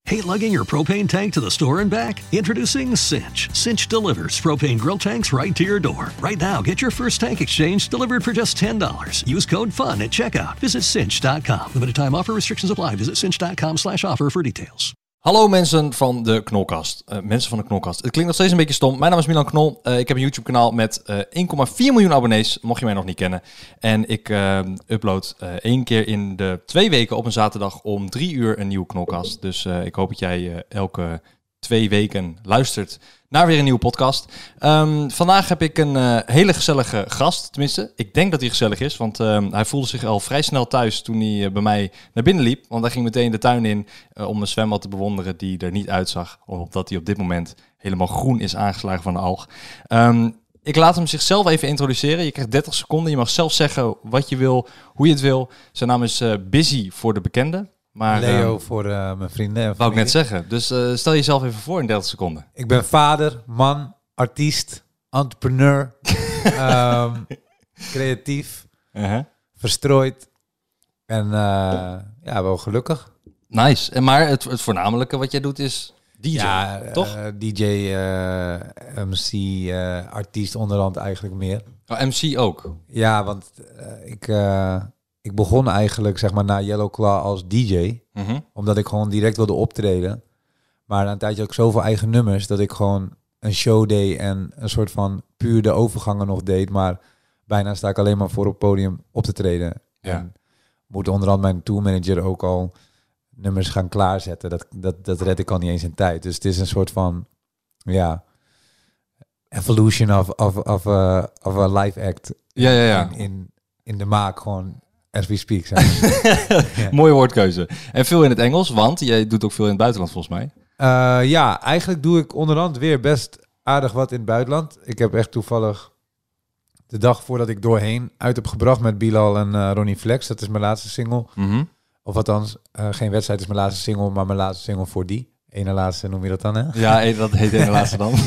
Hate lugging your propane tank to the store and back? Introducing Cinch. Cinch delivers propane grill tanks right to your door. Right now, get your first tank exchange delivered for just $10. Use code FUN at checkout. Visit cinch.com. Limited time offer, restrictions apply. Visit cinch.com/offer for details. Hallo mensen van de Knolkast. Mensen van de Knolkast. Het klinkt nog steeds een beetje stom. Mijn naam is Milan Knol. Ik heb een YouTube kanaal met 1,4 miljoen abonnees, mocht je mij nog niet kennen. En ik upload 1 keer in de 2 weken op een zaterdag om 3 uur een nieuwe Knolkast. Dus ik hoop dat jij elke 2 weken luistert naar weer een nieuwe podcast. Vandaag heb ik een hele gezellige gast. Tenminste, ik denk dat hij gezellig is. Want hij voelde zich al vrij snel thuis toen hij bij mij naar binnen liep. Want hij ging meteen de tuin in om een zwembad te bewonderen die er niet uitzag. Omdat hij op dit moment helemaal groen is aangeslagen van de alg. Ik laat hem zichzelf even introduceren. Je krijgt 30 seconden. Je mag zelf zeggen wat je wil, hoe je het wil. Zijn naam is Busy voor de bekende. Maar, Leo voor mijn vrienden en wou ik familie. net zeggen. Dus stel jezelf even voor in 30 seconden. Ik ben vader, man, artiest, entrepreneur, creatief, verstrooid en wel gelukkig. Nice. Maar het voornamelijke wat jij doet is DJ, Ja, toch? DJ, MC, artiest onderhand eigenlijk meer. Oh, MC ook? Ja, want ik begon eigenlijk zeg maar na Yellow Claw als DJ. Omdat ik gewoon direct wilde optreden. Maar na een tijdje had ik zoveel eigen nummers dat ik gewoon een show deed en een soort van puur de overgangen nog deed. Maar bijna sta ik alleen maar voor op het podium op te treden. Ja. En moet onderhand mijn tourmanager ook al nummers gaan klaarzetten. Dat red ik al niet eens in tijd. Dus het is een soort van evolution of a live act. Ja. In de maak gewoon as we speak. Zeg maar. Ja. Mooie woordkeuze. En veel in het Engels, want jij doet ook veel in het buitenland volgens mij. Eigenlijk doe ik onderhand weer best aardig wat in het buitenland. Ik heb echt toevallig de dag voordat ik doorheen uit heb gebracht met Bilal en Ronnie Flex. Dat is mijn laatste single. Of althans, geen wedstrijd is mijn laatste single, maar mijn laatste single voor die. Ene laatste noem je dat dan, hè? Ja, dat heet de laatste dan.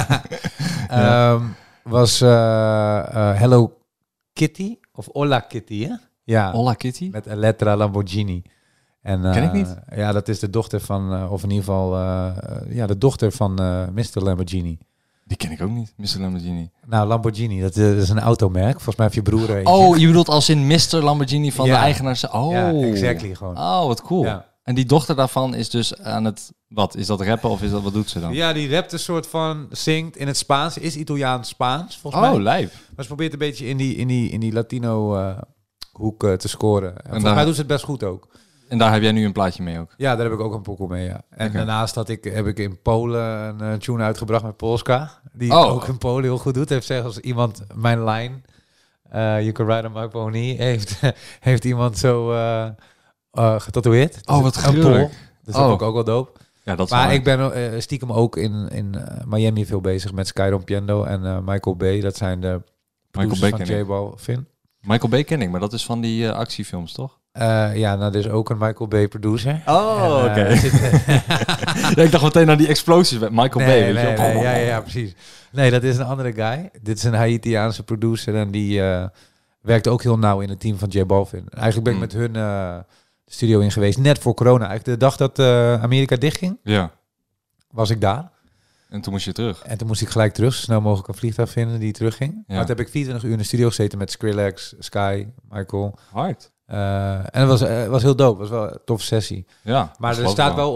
Was Hello Kitty of Hola Kitty, hè? Ja. Hola Kitty? Met Elettra Lamborghini. En, Ken ik niet. Ja, dat is de dochter van, of in ieder geval, de dochter van Mr. Lamborghini. Die ken ik ook niet, Mr. Lamborghini. Nou, Lamborghini, dat is een automerk. Volgens mij heeft je broer eentje. Oh, je bedoelt als in Mr. Lamborghini van de eigenaar? Oh. Ja, exactly gewoon. Oh, wat cool. Ja. En die dochter daarvan is dus aan het... Wat, is dat rappen of is dat, wat doet ze dan? Ja, die rapt een soort van, zingt in het Spaans. Is Italiaans-Spaans, volgens mij. Oh, lijp. Maar ze probeert een beetje in die Latino hoek te scoren. En volgens mij doet ze het best goed ook. En daar heb jij nu een plaatje mee ook? Ja, daar heb ik ook een pokoe mee, ja. En daarnaast heb ik in Polen een tune uitgebracht met Polska. Die ook in Polen heel goed doet. Heeft gezegd als iemand mijn lijn, you can ride on my pony, heeft iemand zo getatoeëerd. Oh, wat gruwelijk. Dus dat vond ik ook wel dope. Ja, dat maar ik ben stiekem ook in Miami veel bezig met Sky Rompiendo en Michael Bay. Dat zijn de producers van J Balvin. Michael Bay ken ik, maar dat is van die actiefilms, toch? Er is ook een Michael Bay producer. Oh, oké. Ik dacht meteen aan die explosies met Michael Bay. Weet je? Ja, precies. Nee, dat is een andere guy. Dit is een Haitiaanse producer en die werkt ook heel nauw in het team van J Balvin. Eigenlijk ben ik met hun de studio in geweest, net voor corona. Eigenlijk de dag dat Amerika dichtging, was ik daar. En toen moest je terug. En toen moest ik gelijk terug, zo snel mogelijk een vliegtuig vinden die terugging. Ja. Maar toen heb ik 24 uur in de studio gezeten met Skrillex, Sky, Michael. Hard. En het was heel dope. Het was wel een toffe sessie. Ja. Maar er staat wel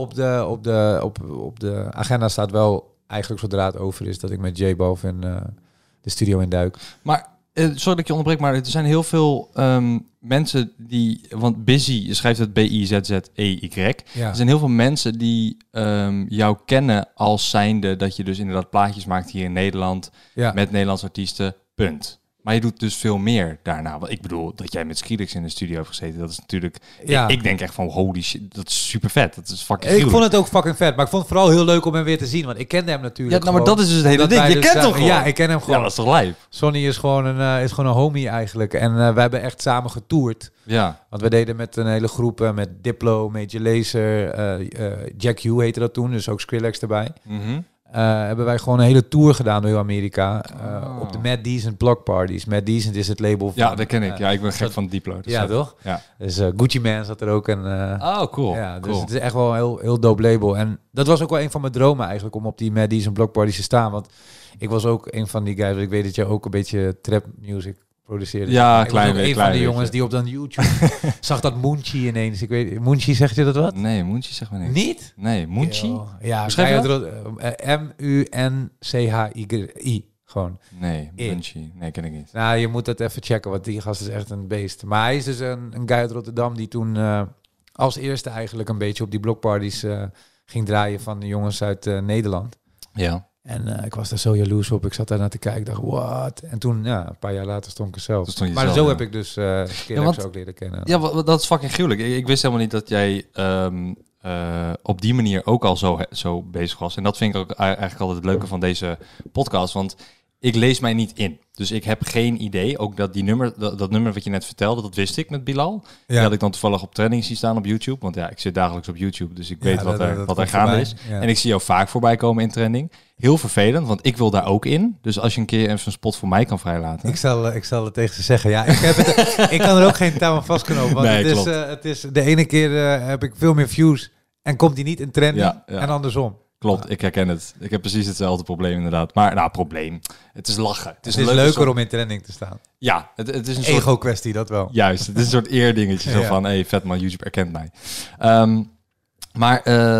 op de agenda staat wel eigenlijk zodra het over is dat ik met J Balvin de studio induik. Maar sorry dat ik je onderbreek, maar er zijn heel veel mensen die... Want Busy, je schrijft het B-I-Z-Z-E-Y. Ja. Er zijn heel veel mensen die jou kennen als zijnde dat je dus inderdaad plaatjes maakt hier in Nederland met Nederlandse artiesten, punt. Maar je doet dus veel meer daarna. Ik bedoel, dat jij met Skrillex in de studio hebt gezeten, dat is natuurlijk... Ja. Ik denk echt van, holy shit, dat is super vet. Dat is fucking Ik vond het ook fucking vet, maar ik vond het vooral heel leuk om hem weer te zien, want ik kende hem natuurlijk. Ja, nou, maar dat is dus het hele ding. Je kent hem gewoon. Ja, ik ken hem gewoon. Ja, dat is toch lijp? Sonny is gewoon een homie eigenlijk. En wij hebben echt samen getoerd. Ja. Want we deden met een hele groep, met Diplo, Major Lazer, Jack U heette dat toen, dus ook Skrillex erbij. hebben wij gewoon een hele tour gedaan door heel Amerika. Op de Mad Decent Block Parties. Mad Decent is het label van... Ja, dat ken ik. Ik ben gek van Diplo. Dus ja, toch? Ja. Dus Gucci Mane zat er ook. En, cool. Ja, dus cool. het is echt wel een heel dope label. En dat was ook wel een van mijn dromen eigenlijk, om op die Mad Decent Block Parties te staan. Want ik was ook een van die guys, ik weet dat je ook een beetje trap music produceerde. Ja, ik was ook een van die jongens beetje. die op dan YouTube zag dat Moonchi ineens. Ik weet, Moonchi, zegt je dat wat? Nee, Moonchi zegt me niks. Niet? Nee, Moonchi? Ja, Beschrijf je M-U-N-C-H-Y. Gewoon. Nee, Moonchi. Nee, ken ik niet. Nou, je moet dat even checken, want die gast is echt een beest. Maar hij is dus een guy uit Rotterdam die toen als eerste eigenlijk een beetje op die blockparties ging draaien van de jongens uit Nederland. Ja. En ik was daar zo jaloers op. Ik zat daar naar te kijken. Ik dacht, wat? En toen, een paar jaar later stond ik er zelf. Maar zo heb ik dus Skrillex ook leren kennen. Ja, dat is fucking gruwelijk. Ik wist helemaal niet dat jij op die manier ook al zo bezig was. En dat vind ik ook eigenlijk altijd het leuke van deze podcast. Want ik lees mij niet in. Dus ik heb geen idee. Ook dat dat nummer wat je net vertelde, dat wist ik met Bilal. Ja. Die had ik dan toevallig op trending zien staan op YouTube. Want ja, ik zit dagelijks op YouTube. Dus ik weet wat er gaande is. Ja. En ik zie jou vaak voorbij komen in trending. Heel vervelend, want ik wil daar ook in. Dus als je een keer even een spot voor mij kan vrijlaten. Ik zal het tegen ze zeggen. Ja, ik kan er ook geen touw aan vastknopen. Want nee, het is de ene keer heb ik veel meer views en komt die niet in trending. Ja. En andersom. Klopt, ik herken het. Ik heb precies hetzelfde probleem inderdaad. Maar probleem. Het is lachen. Het is leuker om in trending te staan. Ja, het is een ego-kwestie, dat wel. Juist, het is een soort eerdingetje. Zo van, hey, vet man, YouTube erkent mij. Maar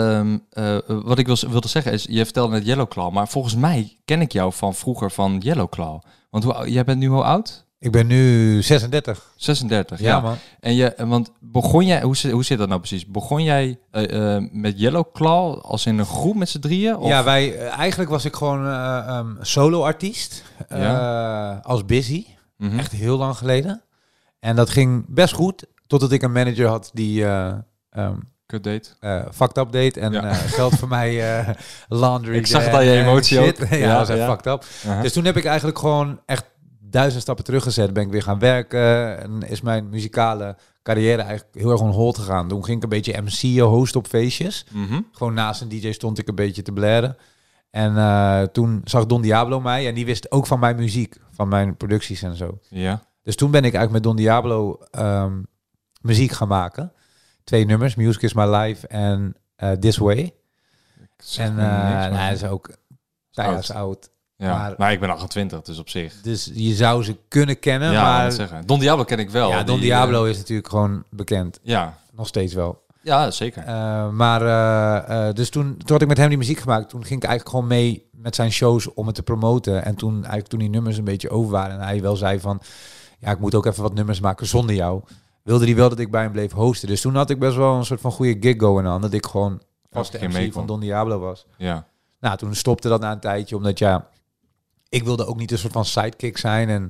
wat ik wilde zeggen is, je vertelde net Yellowclaw. Maar volgens mij ken ik jou van vroeger van Yellowclaw. Want jij bent nu hoe oud? Ik ben nu 36. 36, ja. Man. En want begon jij, hoe zit dat nou precies? Begon jij met Yellowclaw als in een groep met z'n drieën? Of? Ja, eigenlijk was ik gewoon solo-artiest. Als Busy. Mm-hmm. Echt heel lang geleden. En dat ging best goed. Totdat ik een manager had die... Kut deed. Fucked up deed. En geld voor mij laundry. Ik zag het aan je emotie ook. Ja, dat was echt fucked up. Uh-huh. Dus toen heb ik eigenlijk gewoon echt 1000 stappen teruggezet. Ben ik weer gaan werken. En is mijn muzikale carrière eigenlijk heel erg on hold gegaan. Toen ging ik een beetje MC'en, host op feestjes. Mm-hmm. Gewoon naast een DJ stond ik een beetje te blaren. En toen zag Don Diablo mij. En die wist ook van mijn muziek. Van mijn producties en zo. Ja. Dus toen ben ik eigenlijk met Don Diablo muziek gaan maken. 2 nummers. Music is My Life en This Way. En hij is ook 10 jaar oud. Ja, maar ik ben 28, dus op zich. Dus je zou ze kunnen kennen, ja, maar... Zeggen. Don Diablo ken ik wel. Ja, Don Diablo is natuurlijk gewoon bekend. Ja. Nog steeds wel. Ja, zeker. Dus toen had ik met hem die muziek gemaakt. Toen ging ik eigenlijk gewoon mee met zijn shows om het te promoten. En toen die nummers een beetje over waren en hij wel zei van... Ja, ik moet ook even wat nummers maken zonder jou. Wilde hij wel dat ik bij hem bleef hosten. Dus toen had ik best wel een soort van goede gig going aan. Dat ik gewoon vaste MC van Don Diablo was. Ja. Nou, toen stopte dat na een tijdje, omdat ik wilde ook niet een soort van sidekick zijn. En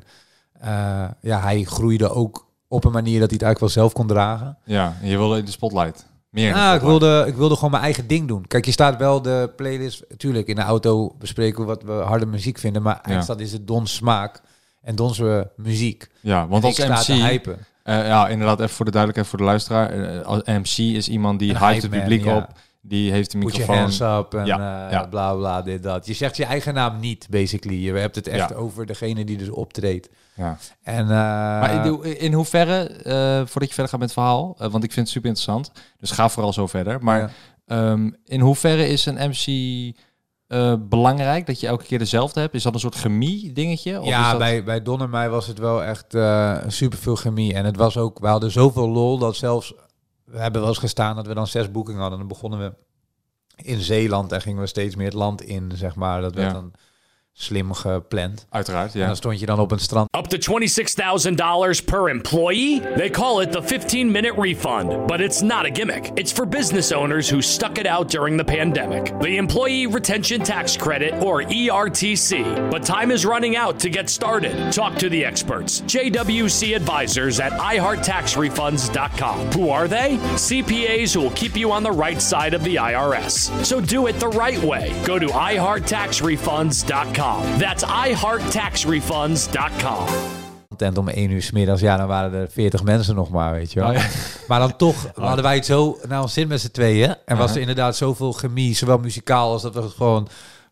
hij groeide ook op een manier dat hij het eigenlijk wel zelf kon dragen. Ja, en je wilde in de spotlight. Ik wilde gewoon mijn eigen ding doen. Kijk, je staat wel de playlist... Natuurlijk, in de auto bespreken we wat we harde muziek vinden. Maar eindstand is het Don's smaak en Don's muziek. Ja, want als MC... hypen. Inderdaad, even voor de duidelijkheid voor de luisteraar. Als MC is iemand die hypt het publiek op. Die heeft de microfoon. Put your hands up en bla bla, dit, dat. Je zegt je eigen naam niet, basically. Je hebt het echt over degene die dus optreedt. Ja. En, maar in hoeverre, voordat je verder gaat met het verhaal, want ik vind het super interessant, dus ga vooral zo verder. Maar in hoeverre is een MC belangrijk dat je elke keer dezelfde hebt? Is dat een soort chemie dingetje? Of ja, is dat... bij Don en mij was het wel echt super veel chemie. En het was ook, we hadden zoveel lol dat zelfs... We hebben wel eens gestaan dat we dan 6 boekingen hadden. Dan begonnen we in Zeeland en gingen we steeds meer het land in, zeg maar. Dat werd dan slim gepland. Uiteraard, ja. En dan stond je dan op een strand. Up to $26,000 per employee? They call it the 15-minute refund, but it's not a gimmick. It's for business owners who stuck it out during the pandemic. The Employee Retention Tax Credit, or ERTC. But time is running out to get started. Talk to the experts. JWC Advisors at iHeartTaxRefunds.com. Who are they? CPAs who will keep you on the right side of the IRS. So do it the right way. Go to iHeartTaxRefunds.com. That's iHeartTaxRefunds.com. En om 1 uur 's middags, dan waren er 40 mensen nog maar, weet je wel. Oh, ja. Maar dan toch hadden wij het zo naar ons zin met z'n tweeën. En was er inderdaad zoveel chemie, zowel muzikaal als dat we het gewoon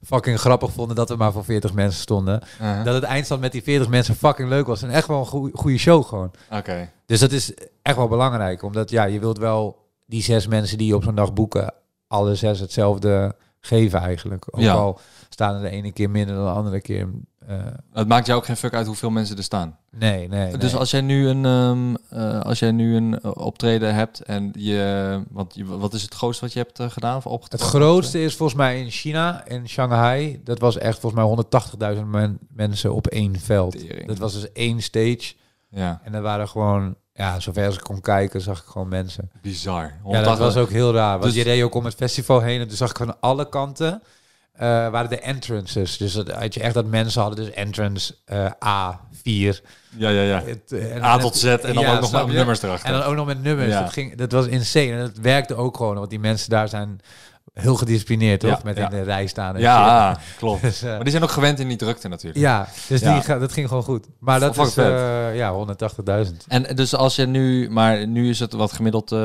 fucking grappig vonden dat we maar voor 40 mensen stonden. Dat het eindstand met die 40 mensen fucking leuk was. En echt wel een goede show gewoon. Oké. Dus dat is echt wel belangrijk. Omdat je wilt wel die 6 mensen die je op zo'n dag boeken, alle 6 hetzelfde geven eigenlijk. Ook al staan er de ene keer minder dan de andere keer. Het maakt jou ook geen fuck uit hoeveel mensen er staan. Nee. Dus als jij nu een optreden hebt en wat is het grootste wat je hebt gedaan? Of het grootste is volgens mij in China, in Shanghai. Dat was echt volgens mij 180.000 mensen op 1 veld. Tering. Dat was dus 1 stage. Ja. En dat waren gewoon, zover als ik kon kijken, zag ik gewoon mensen. Bizar. Ja, dat was ook heel raar. Want je reed ook om het festival heen en toen zag ik van alle kanten waren de entrances. Dus had je echt dat mensen hadden dus entrance A4. Ja. A tot Z en dan ook nog met nummers erachter. En dan ook nog met nummers. Ja. Dat was insane. En dat werkte ook gewoon, want die mensen daar zijn heel gedisciplineerd, toch? Ja, met in de rij staan. En ja, shit. klopt. Dus, maar die zijn ook gewend in die drukte natuurlijk. Ja, dus dat ging gewoon goed. Maar dat is 180.000. En dus als je nu is het wat gemiddeld 10.000, 15.000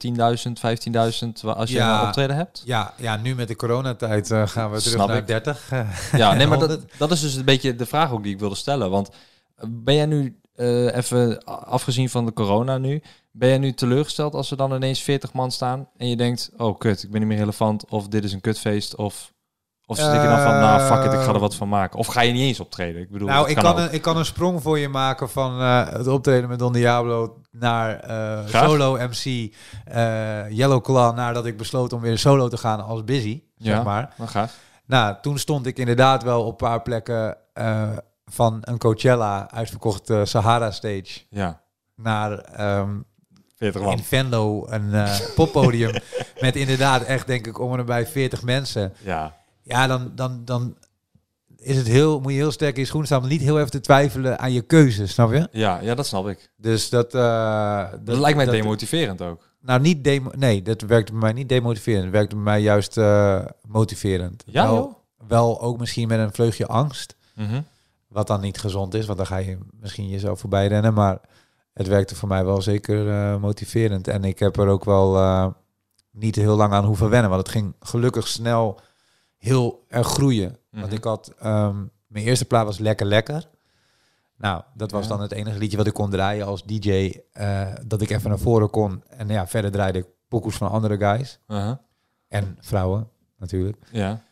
als je een optreden hebt? Ja, nu met de coronatijd gaan we terug naar 30. Ja, nee, maar dat is dus een beetje de vraag ook die ik wilde stellen. Want ben jij nu, even afgezien van de corona nu, ben jij nu teleurgesteld als er dan ineens 40 man staan en je denkt, oh kut, ik ben niet meer relevant, of dit is een kutfeest, of zit je dan van, fuck it, ik ga er wat van maken. Of ga je niet eens optreden? Ik bedoel, ik kan een sprong voor je maken van het optreden met Don Diablo naar solo MC Yellow Claw, nadat ik besloot om weer solo te gaan als Busy, zeg maar. Gaaf. Nou, toen stond ik inderdaad wel op een paar plekken van een Coachella uitverkocht Sahara stage naar 40 man. in Venlo een poppodium met inderdaad echt, denk ik, om en bij 40 mensen. Ja, dan is het moet je heel sterk in je schoenen staan om niet heel even te twijfelen aan je keuze, snap je? Ja, dat snap ik. Dus dat lijkt mij demotiverend ook. Nou, nee, dat werkte bij mij niet demotiverend. Het werkte bij mij juist motiverend. Ja, wel ook misschien met een vleugje angst. Mm-hmm. Wat dan niet gezond is, want dan ga je misschien jezelf voorbij rennen. Maar het werkte voor mij wel zeker motiverend. En ik heb er ook wel niet heel lang aan hoeven wennen. Want het ging gelukkig snel heel erg groeien. Mm-hmm. Want ik had... mijn eerste plaat was Lekker. Nou, dat was dan het enige liedje wat ik kon draaien als DJ. Dat ik even naar voren kon. En verder draaide ik pokoes van andere guys. Uh-huh. En vrouwen, natuurlijk. Ja.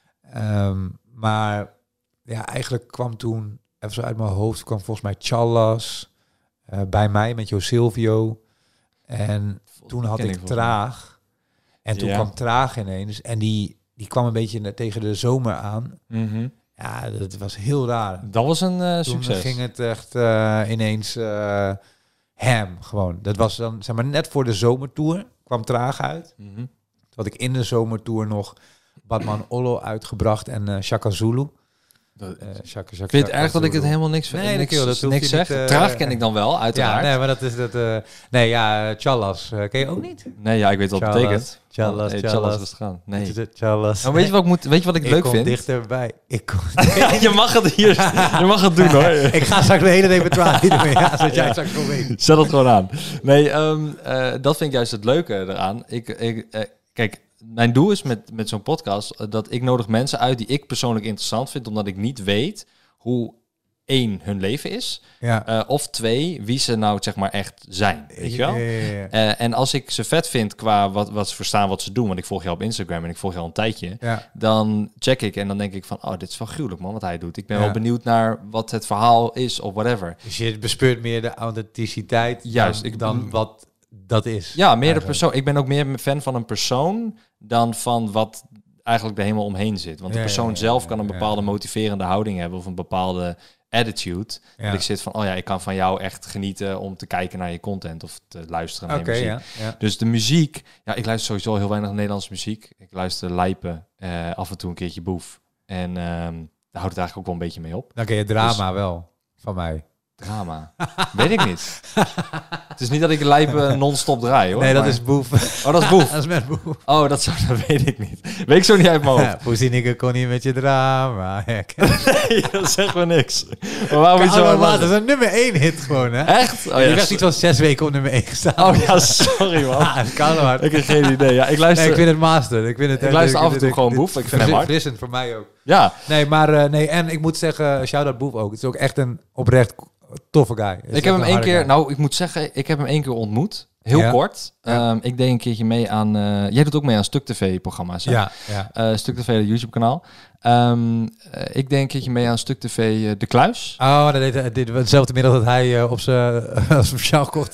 Maar eigenlijk kwam toen... Even zo uit mijn hoofd kwam volgens mij Challas bij mij met Jo Silvio. En toen had ik Traag. En toen kwam Traag ineens. En die kwam een beetje tegen de zomer aan. Mm-hmm. Ja, dat was heel raar. Dat was een toen succes. Ging het echt ineens ham gewoon. Dat was dan, zeg maar, net voor de zomertour kwam Traag uit. Mm-hmm. Toen had ik in de zomertour nog Batman Ollo uitgebracht en Shaka Zulu. Ik vind het erg dat ik het helemaal niks zeg. Traag ken ik dan wel, uiteraard. Ja, nee, maar dat is dat... Challas ken je ook niet? Nee, ja, ik weet wat het betekent. Challas is gaan. Nee. Challas. Nou, weet je wat ik leuk vind? Dichterbij. Je mag het hier. Je mag het doen, hoor. Ik ga straks mijn hele repertoire ermee. Ja, zodat jij straks gewoon weet. Zet het gewoon aan. Nee, dat vind ik juist het leuke eraan. Kijk, mijn doel is met zo'n podcast dat ik nodig mensen uit die ik persoonlijk interessant vind, omdat ik niet weet hoe 1 hun leven is, of 2 wie ze nou zeg maar echt zijn, weet je wel? Ja. En als ik ze vet vind qua wat ze verstaan wat ze doen, want ik volg jou op Instagram en ik volg jou al een tijdje, dan check ik en dan denk ik van, oh, dit is wel gruwelijk man wat hij doet. Ik ben wel benieuwd naar wat het verhaal is of whatever. Dus je bespeurt meer de authenticiteit dan wat dat is. Ja, meer de persoon. Ik ben ook meer fan van een persoon dan van wat eigenlijk er helemaal omheen zit. Want de persoon zelf kan een bepaalde motiverende houding hebben of een bepaalde attitude. Dat ik zit van, ik kan van jou echt genieten om te kijken naar je content of te luisteren naar je muziek. Ja. Dus de muziek, ik luister sowieso heel weinig Nederlandse muziek. Ik luister Lijpen, af en toe een keertje Boef. En daar houdt het eigenlijk ook wel een beetje mee op. Dan ken je drama wel van mij. Drama. Weet ik niet. Het is niet dat ik Lijpen non-stop draai, hoor. Nee, dat is Boef. Oh, dat is Boef. Dat is met Boef. Oh, dat weet ik niet. Weet ik zo niet uit mijn hoofd. Poesie, kon niet met je drama. Nee, dat zegt me niks. Maar waarom iets zo dat is een nummer 1 hit gewoon, hè? Echt? Oh, je hebt iets van 6 weken op nummer 1 gestaan. Oh ja, sorry man. Dat kan hard. Ik heb geen idee. Ja, ik luister... Nee, ik vind het master. Ik luister af en toe gewoon Boef. Ik vind hem hard. Frissend voor mij ook. Ja. Nee, maar nee, en ik moet zeggen, shout-out Boef ook. Het is ook echt een oprecht toffe guy. Ik heb hem 1 keer, ik moet zeggen, ik heb hem 1 keer ontmoet. Heel kort. Ja. Ik deed een keertje mee aan... jij doet ook mee aan Stuk TV-programma's, hè? Ja. Stuk TV, het YouTube-kanaal. Ik deed een keertje mee aan Stuk TV De Kluis. Oh, dat deed hetzelfde middag dat hij op zijn speciaal gekocht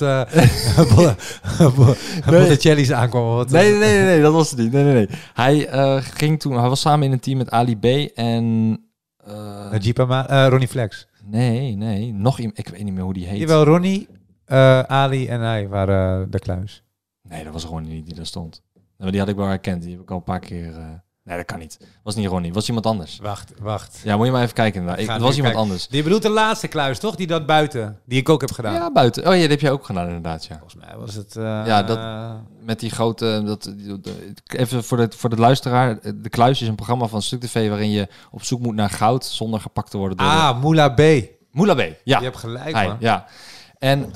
Botticelli's aankwam. Wat, Nee, dat was het niet. Nee. Hij hij was samen in een team met Ali B en... Ronnie Flex. Nee, nog iemand. Ik weet niet meer hoe die heet. Jawel, Ronnie, Ali en hij waren de Kluis. Nee, dat was Ronnie niet die daar stond. Die had ik wel herkend. Die heb ik al een paar keer... Nee, dat kan niet. Was niet Ronnie. Was iemand anders. Wacht. Ja, moet je maar even kijken. Het was iemand anders. Die bedoelt de laatste Kluis, toch? Die dat buiten. Die ik ook heb gedaan. Ja, buiten. Oh ja, dat heb jij ook gedaan inderdaad, ja. Volgens mij was het... Ja, dat met die grote... even voor de luisteraar. De Kluis is een programma van Stuk TV waarin je op zoek moet naar goud zonder gepakt te worden door... Moula B. Moula B, ja. Je hebt gelijk, man. Ja. En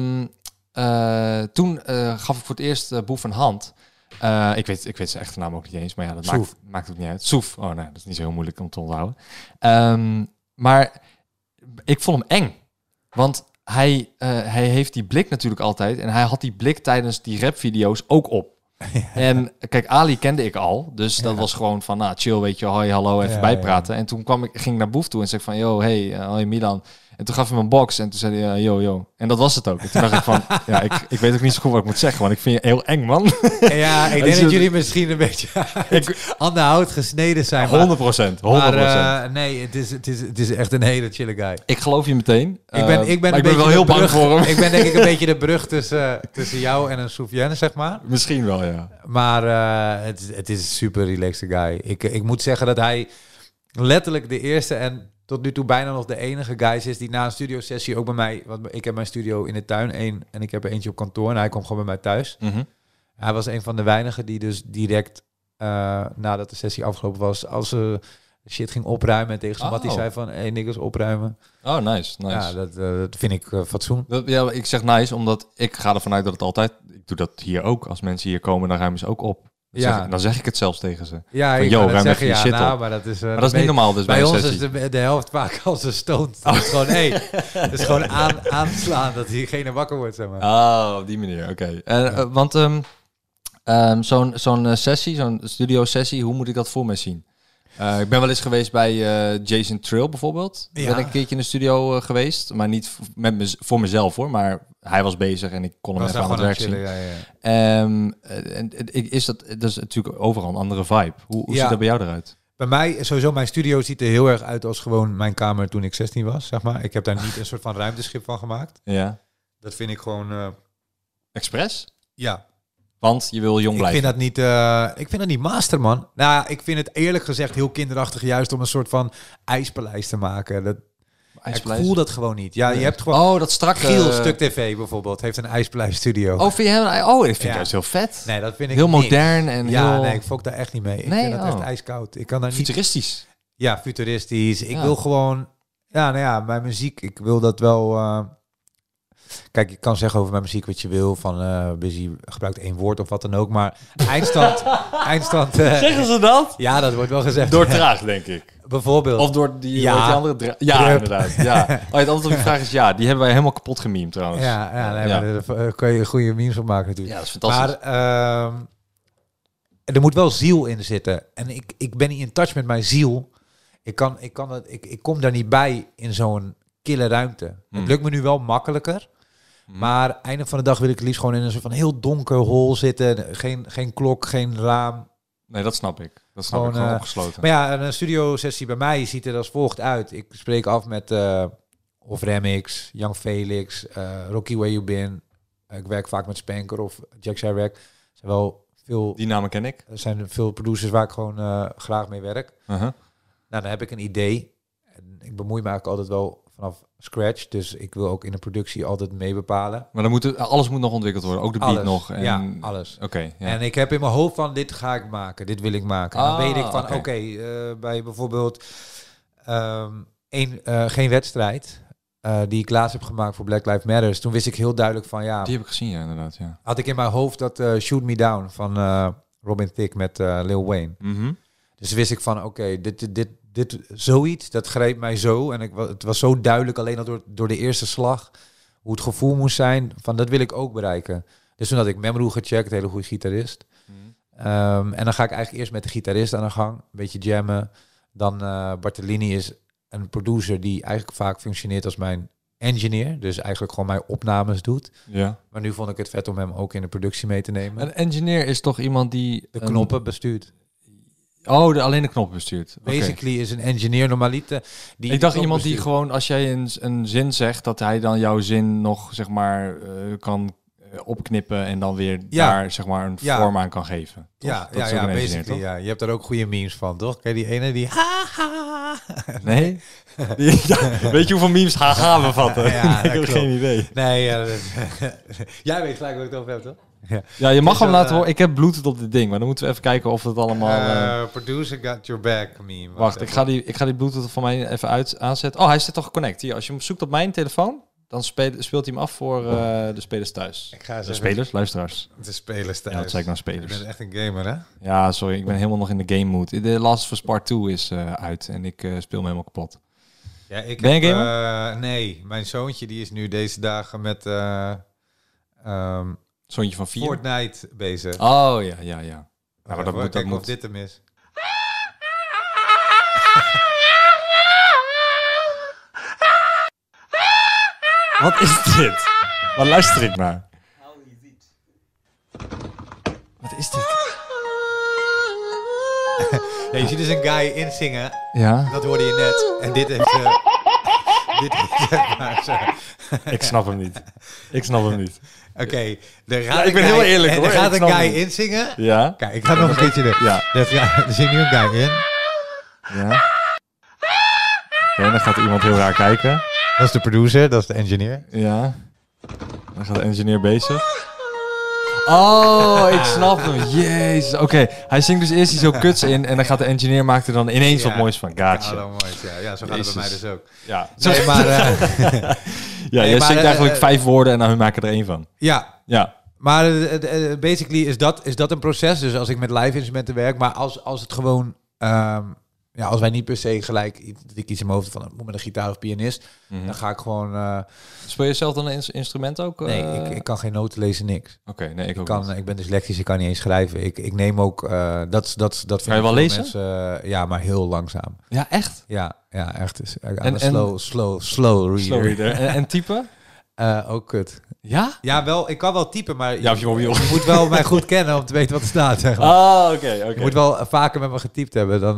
toen gaf ik voor het eerst Boef een hand... Ik weet zijn echte naam ook niet eens, maar ja, dat maakt ook niet uit. Soef. Oh nee, dat is niet zo heel moeilijk om te onthouden. Maar ik vond hem eng. Want hij heeft die blik natuurlijk altijd. En hij had die blik tijdens die rapvideo's ook op. En kijk, Ali kende ik al. Dus dat was gewoon van, chill, weet je, hoi, hallo, even bijpraten. En toen ging ik naar Boef toe en zei van, yo, hoi Milan. En toen gaf hij me een box en toen zei hij, yo. En dat was het ook. En toen dacht ik van, ik weet ook niet zo goed wat ik moet zeggen, want ik vind je heel eng, man. Ja, ik denk dat jullie misschien een beetje aan de hout gesneden zijn. 100%. Maar nee, het is echt een hele chille guy. Ik geloof je meteen. Ik ben wel heel bang voor hem. Ik ben denk ik een beetje de brug tussen jou en een Soufiane, zeg maar. Misschien wel, ja. Maar het is een super relaxed guy. Ik moet zeggen dat hij letterlijk de eerste en tot nu toe bijna nog de enige guys is die na een studiosessie ook bij mij... Want ik heb mijn studio in de tuin en ik heb er eentje op kantoor en hij komt gewoon bij mij thuis. Mm-hmm. Hij was een van de weinigen die dus direct nadat de sessie afgelopen was... als ze shit ging opruimen en tegen zijn mattie zei van... Hey, niggas, opruimen. Oh, nice. Ja, dat vind ik fatsoen. Ik zeg nice, omdat ik ga ervan uit dat het altijd... Ik doe dat hier ook. Als mensen hier komen, dan ruimen ze ook op. Dan zeg ik het zelfs tegen ze. Ja, van, ruim even je shit op. Maar dat is, maar dat is niet normaal dus bij ons is de helft vaak als ze stoont. Het is gewoon, het is gewoon aanslaan dat diegene wakker wordt, zeg maar. Oh, op die manier, oké. Want zo'n sessie, zo'n studio-sessie, hoe moet ik dat voor me zien? Ik ben wel eens geweest bij Jason Trill bijvoorbeeld. Ben ik een keertje in de studio geweest. Maar niet voor mezelf hoor. Maar hij was bezig en ik kon hem even aan het werk zien. Dat is natuurlijk overal een andere vibe. Hoe ziet dat bij jou eruit? Bij mij, sowieso, mijn studio ziet er heel erg uit als gewoon mijn kamer toen ik 16 was, zeg maar. Ik heb daar niet een soort van ruimteschip van gemaakt. Ja. Dat vind ik gewoon... Expres? Ja. Want je wil jong blijven. Ik vind dat niet master, man. Nou, ik vind het eerlijk gezegd heel kinderachtig juist om een soort van ijspaleis te maken. Ik voel dat gewoon niet. Ja, je hebt gewoon... dat strakke... Giel, Stuk TV bijvoorbeeld, heeft een ijspaleis studio. Oh, vind je hem... Oh, dat vind ik juist heel vet. Nee, dat vind ik heel modern en heel... Nee, ik fok daar echt niet mee. Ik vind dat echt ijskoud. Ik kan daar futuristisch. Ja, futuristisch. Ik wil gewoon... mijn muziek, ik wil dat wel... Kijk, je kan zeggen over mijn muziek wat je wil. Van Busy gebruikt 1 woord of wat dan ook. Maar eindstand... Zeggen ze dat? Ja, dat wordt wel gezegd. Door traag, denk ik. Bijvoorbeeld. Of door die andere... inderdaad. Ja. Het antwoord op die vraag is ja. Die hebben wij helemaal kapot gememe trouwens. Maar daar kan je goede memes van maken natuurlijk. Ja, dat is fantastisch. Maar er moet wel ziel in zitten. En ik ben niet in touch met mijn ziel. Ik kom daar niet bij in zo'n kille ruimte. Het lukt me nu wel makkelijker. Maar einde van de dag wil ik liefst gewoon in een soort van heel donker hol zitten. Geen klok, geen raam. Nee, dat snap ik. Dat snap ik gewoon opgesloten. Maar ja, een studiosessie bij mij ziet er als volgt uit. Ik spreek af met of Remix, Young Felix, Rocky Where You Been. Ik werk vaak met Spanker of Jack Chirac. Zijn wel veel... Die namen ken ik. Er zijn veel producers waar ik gewoon graag mee werk. Nou, dan heb ik een idee. En ik bemoei me eigenlijk altijd wel vanaf scratch. Dus ik wil ook in de productie altijd mee bepalen. Maar alles moet nog ontwikkeld worden. Ook de beat nog. En... Ja, alles. Oké. En ik heb in mijn hoofd van dit ga ik maken. Dit wil ik maken. En dan weet ik van bij bijvoorbeeld geen wedstrijd. Die ik laatst heb gemaakt voor Black Lives Matter. Toen wist ik heel duidelijk van Die heb ik gezien, ja, inderdaad. Ja. Had ik in mijn hoofd dat Shoot Me Down van Robin Thicke met Lil Wayne. Mm-hmm. Dus wist ik van, oké, dit zoiets, dat greep mij zo. En het was zo duidelijk, alleen al door de eerste slag, hoe het gevoel moest zijn, van dat wil ik ook bereiken. Dus toen had ik Memru gecheckt, een hele goede gitarist. En dan ga ik eigenlijk eerst met de gitarist aan de gang, een beetje jammen. Dan Bartolini is een producer die eigenlijk vaak functioneert als mijn engineer. Dus eigenlijk gewoon mijn opnames doet. Ja. Maar nu vond ik het vet om hem ook in de productie mee te nemen. Een engineer is toch iemand die... De knoppen bestuurt. Oh, alleen de knoppen bestuurt. Basically is een engineer normaliter. Ik dacht iemand die gewoon, als jij een zin zegt, dat hij dan jouw zin nog, zeg maar, kan opknippen en dan weer daar, zeg maar, een vorm aan kan geven. Toch? Ja, dat is ook een engineer, basically, toch? ja. Je hebt daar ook goede memes van, toch? Kijk, die ene die... Nee? Weet je hoeveel memes haha bevatten? Ja, ik heb geen idee. Nee, jij weet gelijk wat ik het over heb, toch? Ja, je mag hem laten horen. Ik heb Bluetooth op dit ding, maar dan moeten we even kijken of het allemaal... Producer got your back meme. Wacht, ik ga die Bluetooth van mij even aanzetten. Oh, hij zit toch geconnect. Hier, als je hem zoekt op mijn telefoon, dan speelt hij hem af voor de spelers thuis. Ik ga de spelers, luisteraars. De spelers thuis. Ja, dat zei ik nou spelers. Je bent echt een gamer, hè? Ja, sorry, ik ben helemaal nog in de game mood. The Last of Us Part 2 is uit en ik speel me helemaal kapot. Ja, ik ben je gamer? Nee, mijn zoontje die is nu deze dagen met zoontje van 4? Fortnite bezig. Oh, ja. Ja, maar dat moet. Of dit hem is. Wat is dit? Waar luister ik naar? Wat is dit? Ja, je ziet dus een guy inzingen. Ja. Dat hoorde je net. En dit heeft... Ik snap hem niet. Oké. Ik ben heel eerlijk hoor. Er gaat een guy inzingen. Ja. Kijk, ik ga nog een keertje doen. Ja. Er zit nu een guy in. Ja. Oké, dan gaat iemand heel raar kijken. Dat is de producer, dat is de engineer. Ja. Dan gaat de engineer bezig. Oh, ik snap hem. Jezus. Oké, hij zingt dus eerst iets zo kuts in en dan gaat de engineer maakt er dan ineens wat moois van. Gotcha. Ja, zo gaat het bij mij dus ook. Ja. Nee, maar... ja, jij zingt eigenlijk 5 woorden en dan hun maken er 1 van. Ja. Maar basically is dat een proces. Dus als ik met live instrumenten werk, maar als het gewoon... als wij niet per se gelijk dat ik iets in mijn hoofd van moet met een gitaar of pianist, dan ga ik gewoon. Speel je zelf dan een instrument ook? Nee, ik kan geen noten lezen, niks. Oké, nee, ik ook niet. Ik ben dyslectisch, ik kan niet eens schrijven. Ik neem ook dat. Kan je wel lezen? Mensen, ja, maar heel langzaam. Ja, echt? Ja, echt. Dus, En slow reader. En typen? Ook kut. Ja? Ja, wel. Ik kan wel typen, maar ja, je moet wel mij goed kennen om te weten wat er staat. Zeg maar. Oh, oké. Je moet wel vaker met me getypt hebben dan...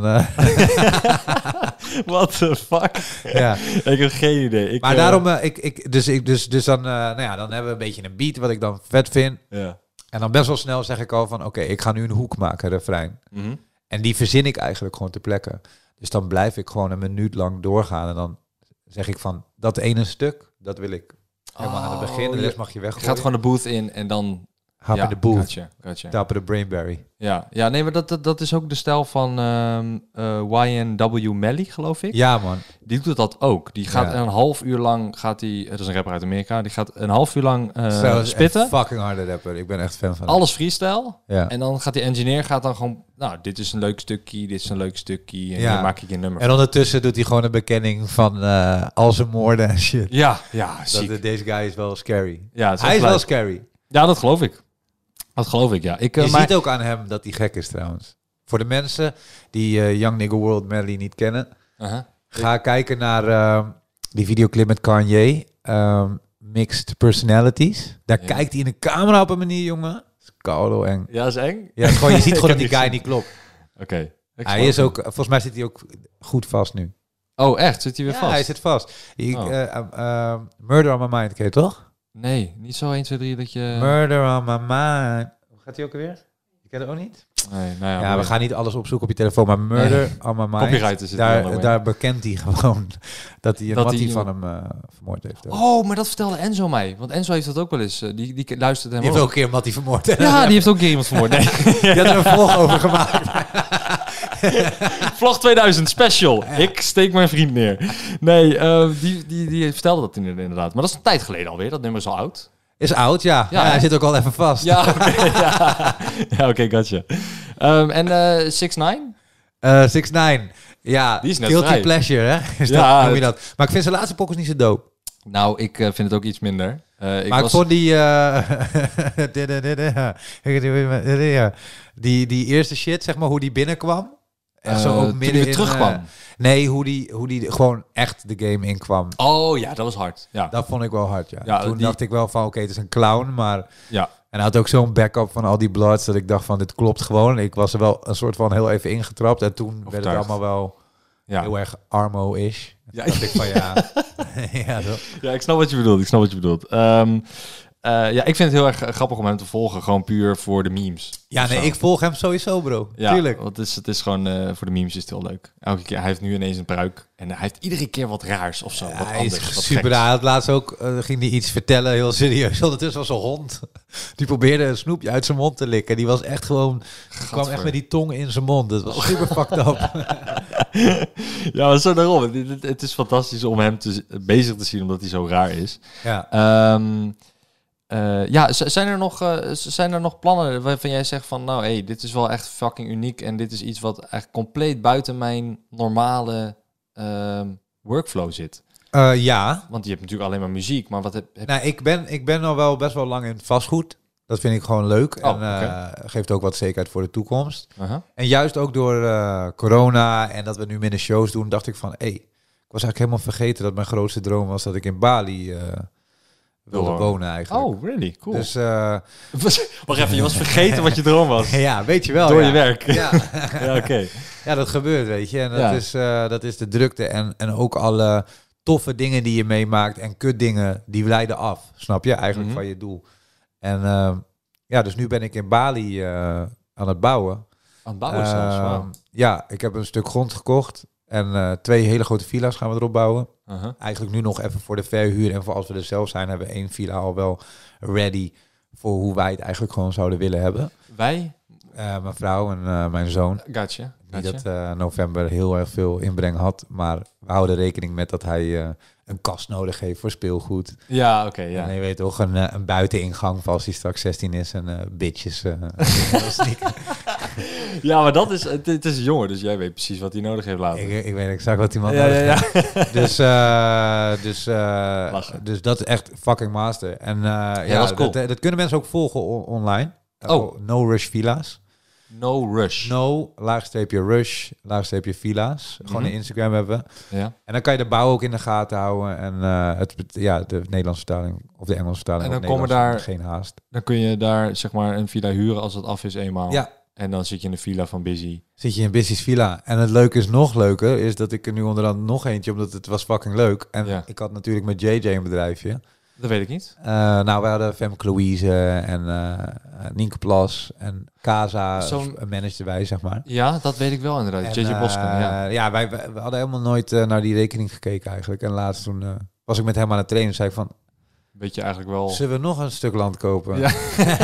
What the fuck? Ja. Ik heb geen idee. Maar daarom, dus dan, dan hebben we een beetje een beat wat ik dan vet vind. Ja. En dan best wel snel zeg ik al van, oké, ik ga nu een hoek maken, refrein. En die verzin ik eigenlijk gewoon ter plekke. Dus dan blijf ik gewoon een minuut lang doorgaan. En dan zeg ik van, dat ene stuk, dat wil ik helemaal aan het begin. De rest mag je weggooien. Je gaat gewoon de booth in en dan... Hap in de booth. Gotcha. Tappen de Brainberry. Ja, nee, maar dat is ook de stijl van YNW Melly, geloof ik. Ja, man. Die doet dat ook. Die gaat een half uur lang, het is een rapper uit Amerika, die gaat een half uur lang spitten. Een fucking harde rapper. Ik ben echt fan van alles freestyle. Ja. En dan gaat die engineer dan gewoon, nou, dit is een leuk stukje, dit is een leuk stukje. En hier maak ik een nummer. En ondertussen doet hij gewoon een bekenning van al zijn moorden en shit. Ja, ziek. Deze guy is wel scary. Ja, hij is wel scary. Ja, dat geloof ik. Ja. Je ziet ook aan hem dat hij gek is trouwens. Voor de mensen die Young Nigga World Melly niet kennen, ga kijken naar die videoclip met Kanye, Mixed Personalities. Daar kijkt hij in de camera op een manier, jongen. Dat is koude eng. Ja, dat is eng. Ja, gewoon, je ziet gewoon dat die guy niet klopt. Oké. Hij is ook, volgens mij zit hij ook goed vast nu. Oh, echt? Zit hij weer vast? Ja, hij zit vast. Murder on My Mind, ken je toch? Nee, niet zo 1, 2, 3 dat je... Murder on My Mind. Hoe gaat hij ook alweer? Je kent het ook niet? Nee, nou ja, we gaan niet alles opzoeken op je telefoon, maar Murder on My Mind. Copyright is het daar bekent hij gewoon dat hij een mattie van hem vermoord heeft. Oh, maar dat vertelde Enzo mij. Want Enzo heeft dat ook wel eens. Die luistert hem Die heeft ook een keer een mattie vermoord. Ja, die heeft ook een keer iemand vermoord. Nee. Die had er een vlog over gemaakt. Vlog 2000 special. Ja. Ik steek mijn vriend neer. Nee, die vertelde dat inderdaad. Maar dat is een tijd geleden alweer. Dat nummer is al oud. Is oud, ja. Hij zit ook al even vast. Ja, oké, gotcha. En 6ix9ine? 6ix9ine. Ja, Die is net guilty vrij. pleasure, hè? Is Ja, dat, noem je dat. Maar ik vind zijn laatste pokkers niet zo dope. Nou, ik vind het ook iets minder. Maar ik vond die eerste shit, zeg maar, hoe die binnenkwam. En zo ook toen midden hij weer in, terugkwam. nee, hoe die gewoon echt de game inkwam. Oh ja, dat was hard. Ja. Dat vond ik wel hard, ja. Ja, Toen die- dacht ik wel van, oké, het is een clown, maar... Ja. En hij had ook zo'n backup van al die bloods dat ik dacht van, dit klopt gewoon. Ik was er wel een soort van heel even ingetrapt. En toen werd het Overtuigd. allemaal wel Ja. heel erg Armo-ish. Ja. Dacht ik van, ja... ja, zo. Ja, ik snap wat je bedoelt. Ja, ik vind het heel erg grappig om hem te volgen. Gewoon puur voor de memes. Ja, Of nee, zo. ik volg hem sowieso, bro. Ja, Tuurlijk. want het is gewoon voor de memes is het heel leuk. Elke keer, hij heeft nu ineens een pruik. En hij heeft iedere keer wat raars of zo. Ja, wat hij anders, is wat super geks. raar. Hij had laatst ook, ging hij iets vertellen, heel serieus. Ondertussen was een hond. Die probeerde een snoepje uit zijn mond te likken. Die was echt gewoon... Die kwam echt met die tong in zijn mond. Dat was super fucked up. Ja, maar zo daarom. Het is fantastisch om hem bezig te zien, omdat hij zo raar is. Ja. Ja, zijn er nog plannen waarvan jij zegt van... Nou, hey, dit is wel echt fucking uniek. En dit is iets wat echt compleet buiten mijn normale workflow zit. Ja. Want je hebt natuurlijk alleen maar muziek. Maar wat heb Nou, ik ben al wel best wel lang in vastgoed. Dat vind ik gewoon leuk. Oh, en geeft ook wat zekerheid voor de toekomst. Uh-huh. En juist ook door corona en dat we nu minder shows doen, dacht ik van... ik was eigenlijk helemaal vergeten dat mijn grootste droom was dat ik in Bali wilde wonen eigenlijk. Oh, really? Cool. Dus Wacht even, je was vergeten wat je droom was. ja, weet je wel. Door ja. je werk. Ja. Ja, oké. Ja, dat gebeurt, weet je. En Ja. dat is de drukte en ook alle toffe dingen die je meemaakt en kutdingen, die leiden af. Snap je? Eigenlijk van je doel. En dus nu ben ik in Bali aan het bouwen. Aan het bouwen zelfs, wauw. Ja, ik heb een stuk grond gekocht en 2 hele grote villa's gaan we erop bouwen. Uh-huh. Eigenlijk nu nog even voor de verhuur en voor als we er zelf zijn, hebben we 1 villa al wel ready voor hoe wij het eigenlijk gewoon zouden willen hebben. Wij? Mijn vrouw en mijn zoon. Gotcha. Die dat november heel erg veel inbreng had. Maar we houden rekening met dat hij een kast nodig heeft voor speelgoed. Ja, oké, ja. En je weet toch, een buiteningang voor als hij straks 16 is en bitches. Ja, maar dat is, het is jonger, dus jij weet precies wat hij nodig heeft later. ik weet exact wat die man Ja, nodig ja, heeft. ja. Dus dat is echt fucking master. En dat is cool. dat kunnen mensen ook volgen online. No Rush Villa's. No Rush. No, _rush, _villa's. Gewoon een Instagram hebben. Ja. En dan kan je de bouw ook in de gaten houden. En de Nederlandse vertaling of de Engelse vertaling. En dan of komen Nederlands, daar- geen haast. Dan kun je daar zeg maar een villa huren als het af is eenmaal. Ja, En dan zit je in de villa van Busy. zit je in Business Villa. En het leuke is nog leuker, is dat ik er nu onderhand nog eentje, omdat het was fucking leuk. En Ja. ik had natuurlijk met JJ een bedrijfje. Dat weet ik niet. Nou, we hadden Femke Louise en Nienke Plas en Casa manageden wij, zeg maar. Ja, dat weet ik wel inderdaad. En, JJ Bosken, ja. wij hadden helemaal nooit naar die rekening gekeken eigenlijk. En laatst toen was ik met hem aan het trainen en zei ik van, Weet je eigenlijk wel... zullen we nog een stuk land kopen? Ja.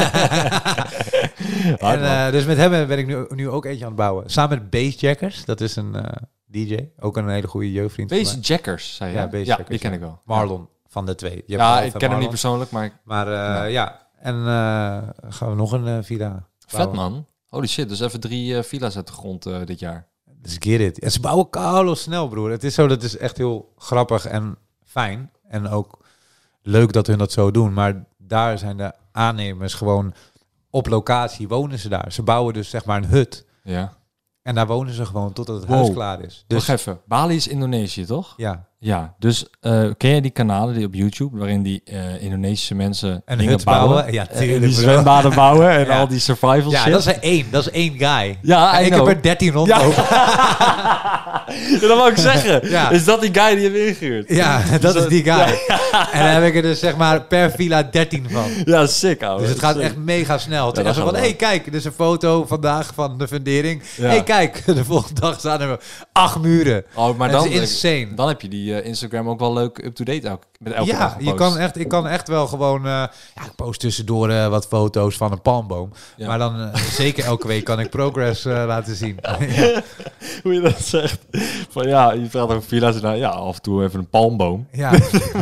Hard, man. Dus met hem ben ik nu ook eentje aan het bouwen. Samen met Bassjackers, dat is een DJ. Ook een hele goede jeugdvriend van Base mij. Jackers, zei je? Ja, Base Jackers, die ken ja. ik wel. Marlon van de 2. Je hebt Ja, Rolf ik en ken hem Marlon. niet persoonlijk, maar... Maar en gaan we nog een villa Vet, bouwen. man. Holy shit, dus even 3 villa's uit de grond dit jaar. Dus get it. En ze bouwen koude snel, broer. Het is zo, dat is echt heel grappig en fijn. En ook leuk dat hun dat zo doen. Maar daar zijn de aannemers gewoon op locatie, wonen ze daar. Ze bouwen dus zeg maar een hut. Ja. En daar wonen ze gewoon totdat het Wow. huis klaar is. Dus Wacht even. Bali is Indonesië, toch? ja, Ja, dus ken je die kanalen die op YouTube, waarin die Indonesische mensen een dingen hut bouwen. Ja, en tuurlijk. die bro. zwembaden bouwen en Ja. al die survival Ja, shit. dat is er één. Dat is één guy. Ja, En I ik know. heb er 13 rondlopen. Ja, dat wou ik zeggen. Ja. Is dat die guy die je hebt ingehuurd? Ja, dat is die guy. En daar heb ik er dus zeg maar per villa 13 van. Ja, sick, ouwe. Dus het gaat Sick. echt mega snel. Het is dat echt zo gaat van, wel. hey, kijk, dit is een foto vandaag van de fundering. Ja. Hey, kijk, de volgende dag staan er 8 muren. Oh, maar Dat dan, is insane. dan heb je die Instagram ook wel leuk up-to-date met elke dag Ja, gepost. ik kan echt wel gewoon... ik post tussendoor wat foto's van een palmboom. Ja. Maar dan zeker elke week kan ik progress laten zien. Hoe je dat zegt. Van ja, je praat over villa's en dan, ja, af en toe even een palmboom. Ja,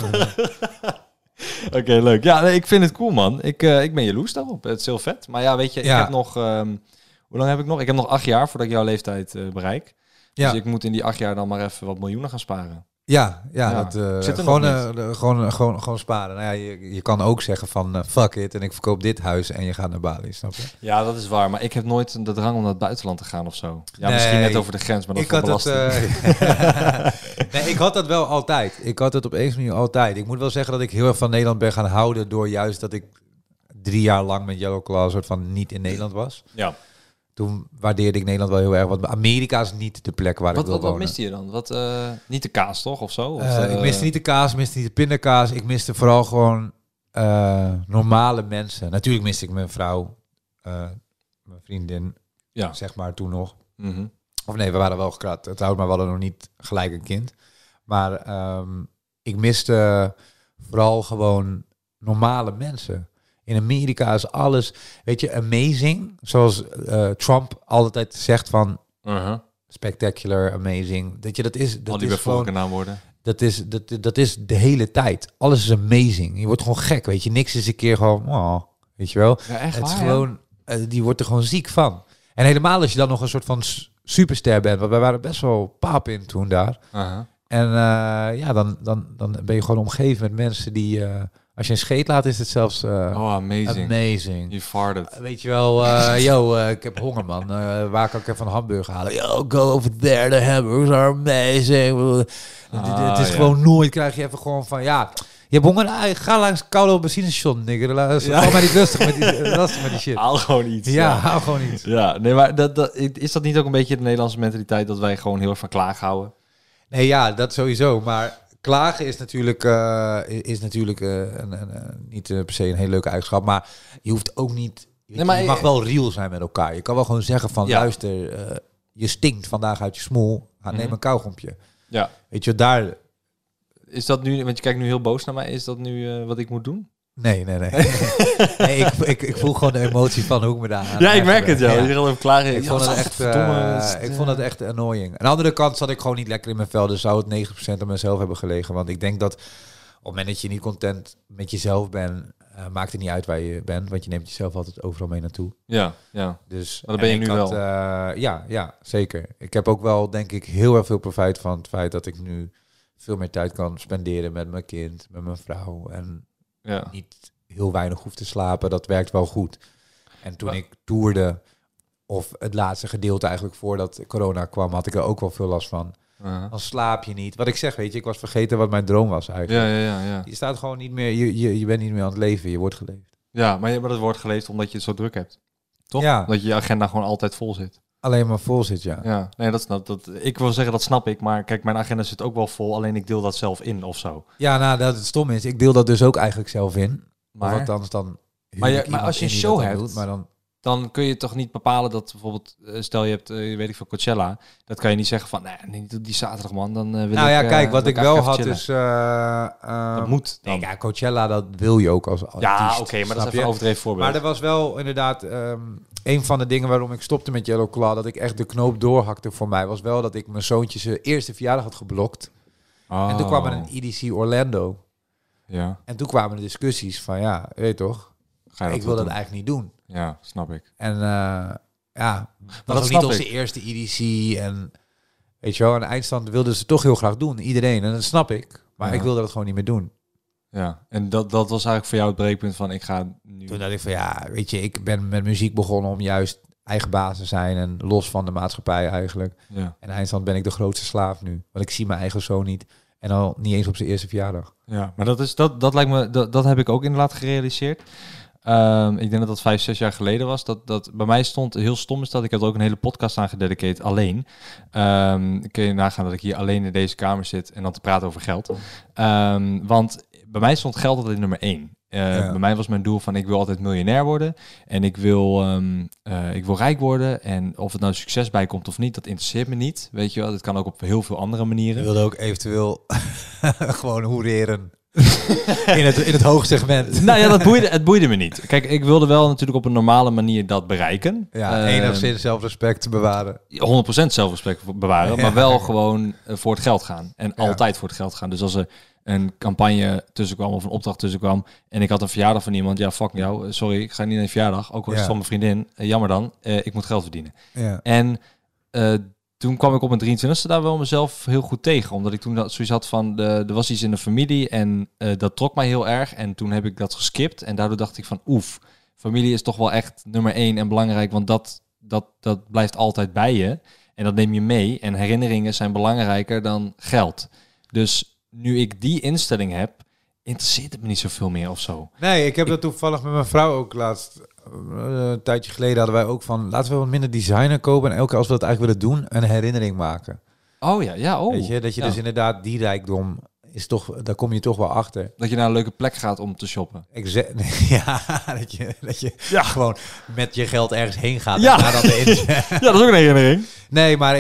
Oké, leuk. Ja, nee, ik vind het cool, man. Ik ben jaloers daarop. Het is heel vet. Maar ja, weet je, Ja. ik heb nog... Hoe lang heb ik nog? Ik heb nog 8 jaar voordat ik jouw leeftijd bereik. Ja. Dus ik moet in die 8 jaar dan maar even wat miljoenen gaan sparen. Ja, Zit er gewoon sparen. Nou ja, je kan ook zeggen van fuck it en ik verkoop dit huis en je gaat naar Bali, snap je? Ja, dat is waar. Maar ik heb nooit de drang om naar het buitenland te gaan of zo. Ja, Nee, misschien net over de grens, maar dat ik voor had belasting. nee, ik had dat wel altijd. Ik had het op een manier altijd. Ik moet wel zeggen dat ik heel erg van Nederland ben gaan houden door juist dat ik 3 jaar lang met Yellow Claw soort van niet in Nederland was. Ja. Toen waardeerde ik Nederland wel heel erg. Want Amerika is niet de plek waar ik wil wonen. Wat miste je dan? Niet de kaas toch of zo? Of, Ik miste niet de kaas, miste niet de pindakaas. Ik miste vooral gewoon normale mensen. Natuurlijk miste ik mijn vrouw, mijn vriendin, Ja. zeg maar toen nog. Mhm. Of nee, we waren wel getrouwd, maar we hadden nog niet gelijk een kind. Maar ik miste vooral gewoon normale mensen. In Amerika is alles, weet je, amazing. Zoals Trump altijd zegt van spectacular, amazing. Dat is Al die bijvoorbeeld naamwoorden. dat is de hele tijd. Alles is amazing. Je wordt gewoon gek, weet je. Niks is een keer gewoon, weet je wel. Ja, echt Het is waar, gewoon, die wordt er gewoon ziek van. En helemaal als je dan nog een soort van superster bent. Want wij waren best wel pap in toen daar. En dan ben je gewoon omgeven met mensen die... als je een scheet laat, is het zelfs amazing. You farted. Weet je wel, ik heb honger, man. Waar kan ik even een hamburger halen? Yo, go over there, the hamburgers are amazing. Het is gewoon nooit, krijg je even gewoon van, ja... Je hebt honger, ga langs koude benzinestation, nigger. Val maar niet lastig met die shit. Haal gewoon iets. Ja, haal gewoon iets. Ja, nee, maar is dat niet ook een beetje de Nederlandse mentaliteit dat wij gewoon heel erg van klagen houden? Nee, ja, dat sowieso. Maar klagen is natuurlijk, niet per se een hele leuke eigenschap. Maar je hoeft ook niet... Je mag wel real zijn met elkaar. Je kan wel gewoon zeggen van, luister, je stinkt vandaag uit je smoel. Neem een kauwgompje. Ja. Weet je, daar... Is dat nu, want je kijkt nu heel boos naar mij, is dat nu wat ik moet doen? Nee. Nee, ik voel gewoon de emotie van hoe ik me daar aan... Ja, ik merk het, ja. Je gaat klagen. Ik vond het echt annoying. Aan de andere kant zat ik gewoon niet lekker in mijn vel, dus zou het 90% aan mezelf hebben gelegen. Want ik denk dat op het moment dat je niet content met jezelf bent, maakt het niet uit waar je bent, want je neemt jezelf altijd overal mee naartoe. Ja. Dus maar dat ben je nu wel. Ja, zeker. Ik heb ook wel, denk ik, heel erg veel profijt van het feit dat ik nu veel meer tijd kan spenderen met mijn kind, met mijn vrouw en niet heel weinig hoef te slapen. Dat werkt wel goed. En toen ik toerde, of het laatste gedeelte eigenlijk voordat corona kwam, had ik er ook wel veel last van. Dan slaap je niet. Wat ik zeg, weet je, ik was vergeten wat mijn droom was eigenlijk. Ja. Je staat gewoon niet meer, je bent niet meer aan het leven, je wordt geleefd. Ja, maar dat wordt geleefd omdat je het zo druk hebt. Toch? Ja. Dat je agenda gewoon altijd vol zit. Alleen maar vol zit, ja. Ja, nee, ik wil zeggen, dat snap ik. Maar kijk, mijn agenda zit ook wel vol. Alleen ik deel dat zelf in of zo. Ja, nou, dat het stom is. Ik deel dat dus ook eigenlijk zelf in. Maar, of althans dan... Maar als je een show hebt, doet, maar dan kun je toch niet bepalen dat bijvoorbeeld... stel je hebt, weet ik veel, Coachella. Dat kan je niet zeggen van, nee, niet die zaterdag, man. Dan wil nou ja, kijk, wat ik wel had chillen. is... dat moet dan. Nee, ja, Coachella, dat wil je ook als artiest. Ja, oké, maar dat is even een overdreven voorbeeld. Maar er was wel inderdaad... een van de dingen waarom ik stopte met Yellow Claw, dat ik echt de knoop doorhakte voor mij, was wel dat ik mijn zoontje zijn eerste verjaardag had geblokt. En toen kwam er een EDC Orlando. Ja. En toen kwamen de discussies van, ja, weet je toch, ik wil dat eigenlijk niet doen. Ja, snap ik. En dat was ook snap niet onze eerste EDC. En weet je wel, aan de eindstand wilden ze toch heel graag doen, iedereen. En dat snap ik. Maar ik wilde dat gewoon niet meer doen. Ja, en dat was eigenlijk voor jou het breekpunt van ik ga nu... Toen dacht ik van ja, weet je, ik ben met muziek begonnen om juist eigen baas te zijn en los van de maatschappij eigenlijk. Ja. En eindstand ben ik de grootste slaaf nu. Want ik zie mijn eigen zoon niet. En al niet eens op zijn eerste verjaardag. Ja, maar dat lijkt me, dat heb ik ook inderdaad gerealiseerd. Ik denk dat 5-6 jaar geleden was. Dat bij mij stond, heel stom is dat, ik heb er ook een hele podcast aan gededicateerd, alleen. Kun je nagaan dat ik hier alleen in deze kamer zit en dan te praten over geld. Want bij mij stond geld altijd nummer 1. Bij mij was mijn doel van ik wil altijd miljonair worden. En ik wil rijk worden. En of het nou succes bij komt of niet, dat interesseert me niet. Weet je wel, dat kan ook op heel veel andere manieren. Je wilde ook eventueel gewoon hoereren. in het hoogsegment. Nou ja, het boeide me niet. Kijk, ik wilde wel natuurlijk op een normale manier dat bereiken. Ja, enigszins zelfrespect te bewaren. 100% zelfrespect bewaren, maar wel gewoon voor het geld gaan. En altijd voor het geld gaan. Dus als er een campagne tussenkwam of een opdracht tussenkwam en ik had een verjaardag van iemand, ja, fuck jou, sorry, ik ga niet naar je verjaardag, ook al is het van mijn vriendin, jammer dan, ik moet geld verdienen. Ja. En toen kwam ik op mijn 23e daar wel mezelf heel goed tegen, omdat ik toen zoiets had van, er was iets in de familie en dat trok mij heel erg en toen heb ik dat geskipt en daardoor dacht ik van, familie is toch wel echt nummer 1 en belangrijk, want dat blijft altijd bij je en dat neem je mee en herinneringen zijn belangrijker dan geld. Dus nu ik die instelling heb, interesseert het me niet zoveel meer of zo. Nee, ik heb dat toevallig met mijn vrouw ook laatst. Een tijdje geleden hadden wij ook van, laten we wat minder designer kopen en elke keer als we dat eigenlijk willen doen, een herinnering maken. Oh ja, Weet je, dat je dus inderdaad die rijkdom is toch, daar kom je toch wel achter. Dat je naar een leuke plek gaat om te shoppen. Ja, dat je gewoon met je geld ergens heen gaat. Ja. En daar dan de Ja, dat is ook een herinnering. Nee, maar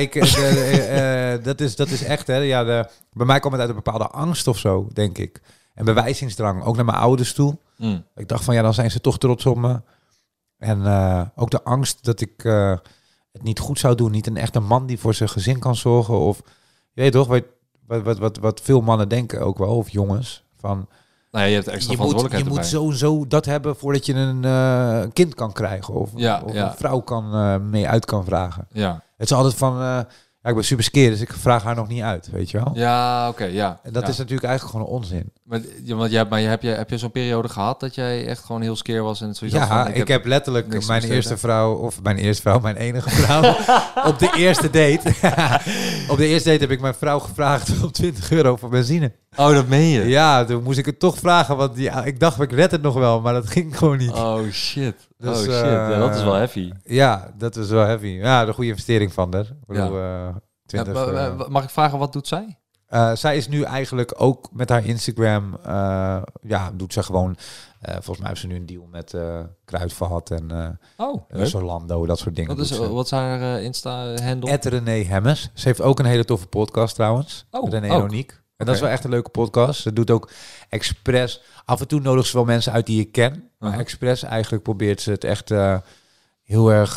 dat is echt, hè. Ja, bij mij kwam het uit een bepaalde angst of zo, denk ik. En bewijzingsdrang, ook naar mijn ouders toe. Ik dacht van, ja, dan zijn ze toch trots op me. En ook de angst dat ik het niet goed zou doen. Niet een echte man die voor zijn gezin kan zorgen. Of, je weet toch, wat veel mannen denken ook wel, of jongens. Van, Nou ja, je hebt extra verantwoordelijkheid je moet erbij. sowieso dat hebben voordat je een kind kan krijgen. Of een vrouw mee uit kan vragen. Ja. Het is altijd van, ik ben super skeer, dus ik vraag haar nog niet uit, weet je wel. Ja, oké, ja. En dat is natuurlijk eigenlijk gewoon een onzin. Maar heb je zo'n periode gehad dat jij echt gewoon heel skeer was en het zoiets? Ja, ik heb letterlijk mijn eerste vrouw, mijn enige vrouw, op de eerste date. Op de eerste date heb ik mijn vrouw gevraagd om €20 voor benzine. Oh, dat meen je? Ja, toen moest ik het toch vragen, want ik dacht, ik red het nog wel, maar dat ging gewoon niet. Oh shit. Dus, Ja, dat is wel heavy. Ja, dat is wel heavy. Ja, de goede investering van haar. Ik bedoel, 20, mag ik vragen, wat doet zij? Zij is nu eigenlijk ook met haar Instagram, doet ze gewoon, volgens mij heeft ze nu een deal met Kruidvat en Zalando, dat soort dingen. Wat is haar Insta-handle? @René Hemmers. Ze heeft ook een hele toffe podcast trouwens. René en Oniek. En dat is wel echt een leuke podcast. Ze doet ook expres, af en toe nodigt ze wel mensen uit die ik ken. Maar expres eigenlijk probeert ze het echt heel erg...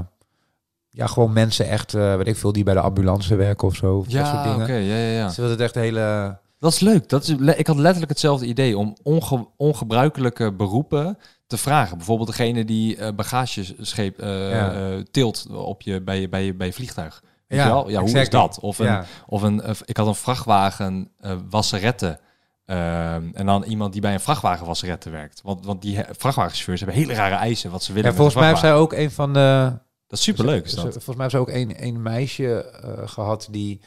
gewoon mensen echt, weet ik veel, die bij de ambulance werken of zo. Ja, dat soort dingen. oké. Ja. Ze wil het echt hele... Dat is leuk. Ik had letterlijk hetzelfde idee om ongebruikelijke beroepen te vragen. Bijvoorbeeld degene die bagagescheep tilt bij je vliegtuig. Weet je wel? Ja, hoe is dat? Of ik had een vrachtwagen wasseretten. En dan iemand die bij een vrachtwagenwasseretten werkt. Want die vrachtwagenchauffeurs hebben hele rare eisen wat ze willen. Ja, volgens mij heeft zij ook een van de... Dat is superleuk. Volgens mij heeft ze ook een meisje gehad die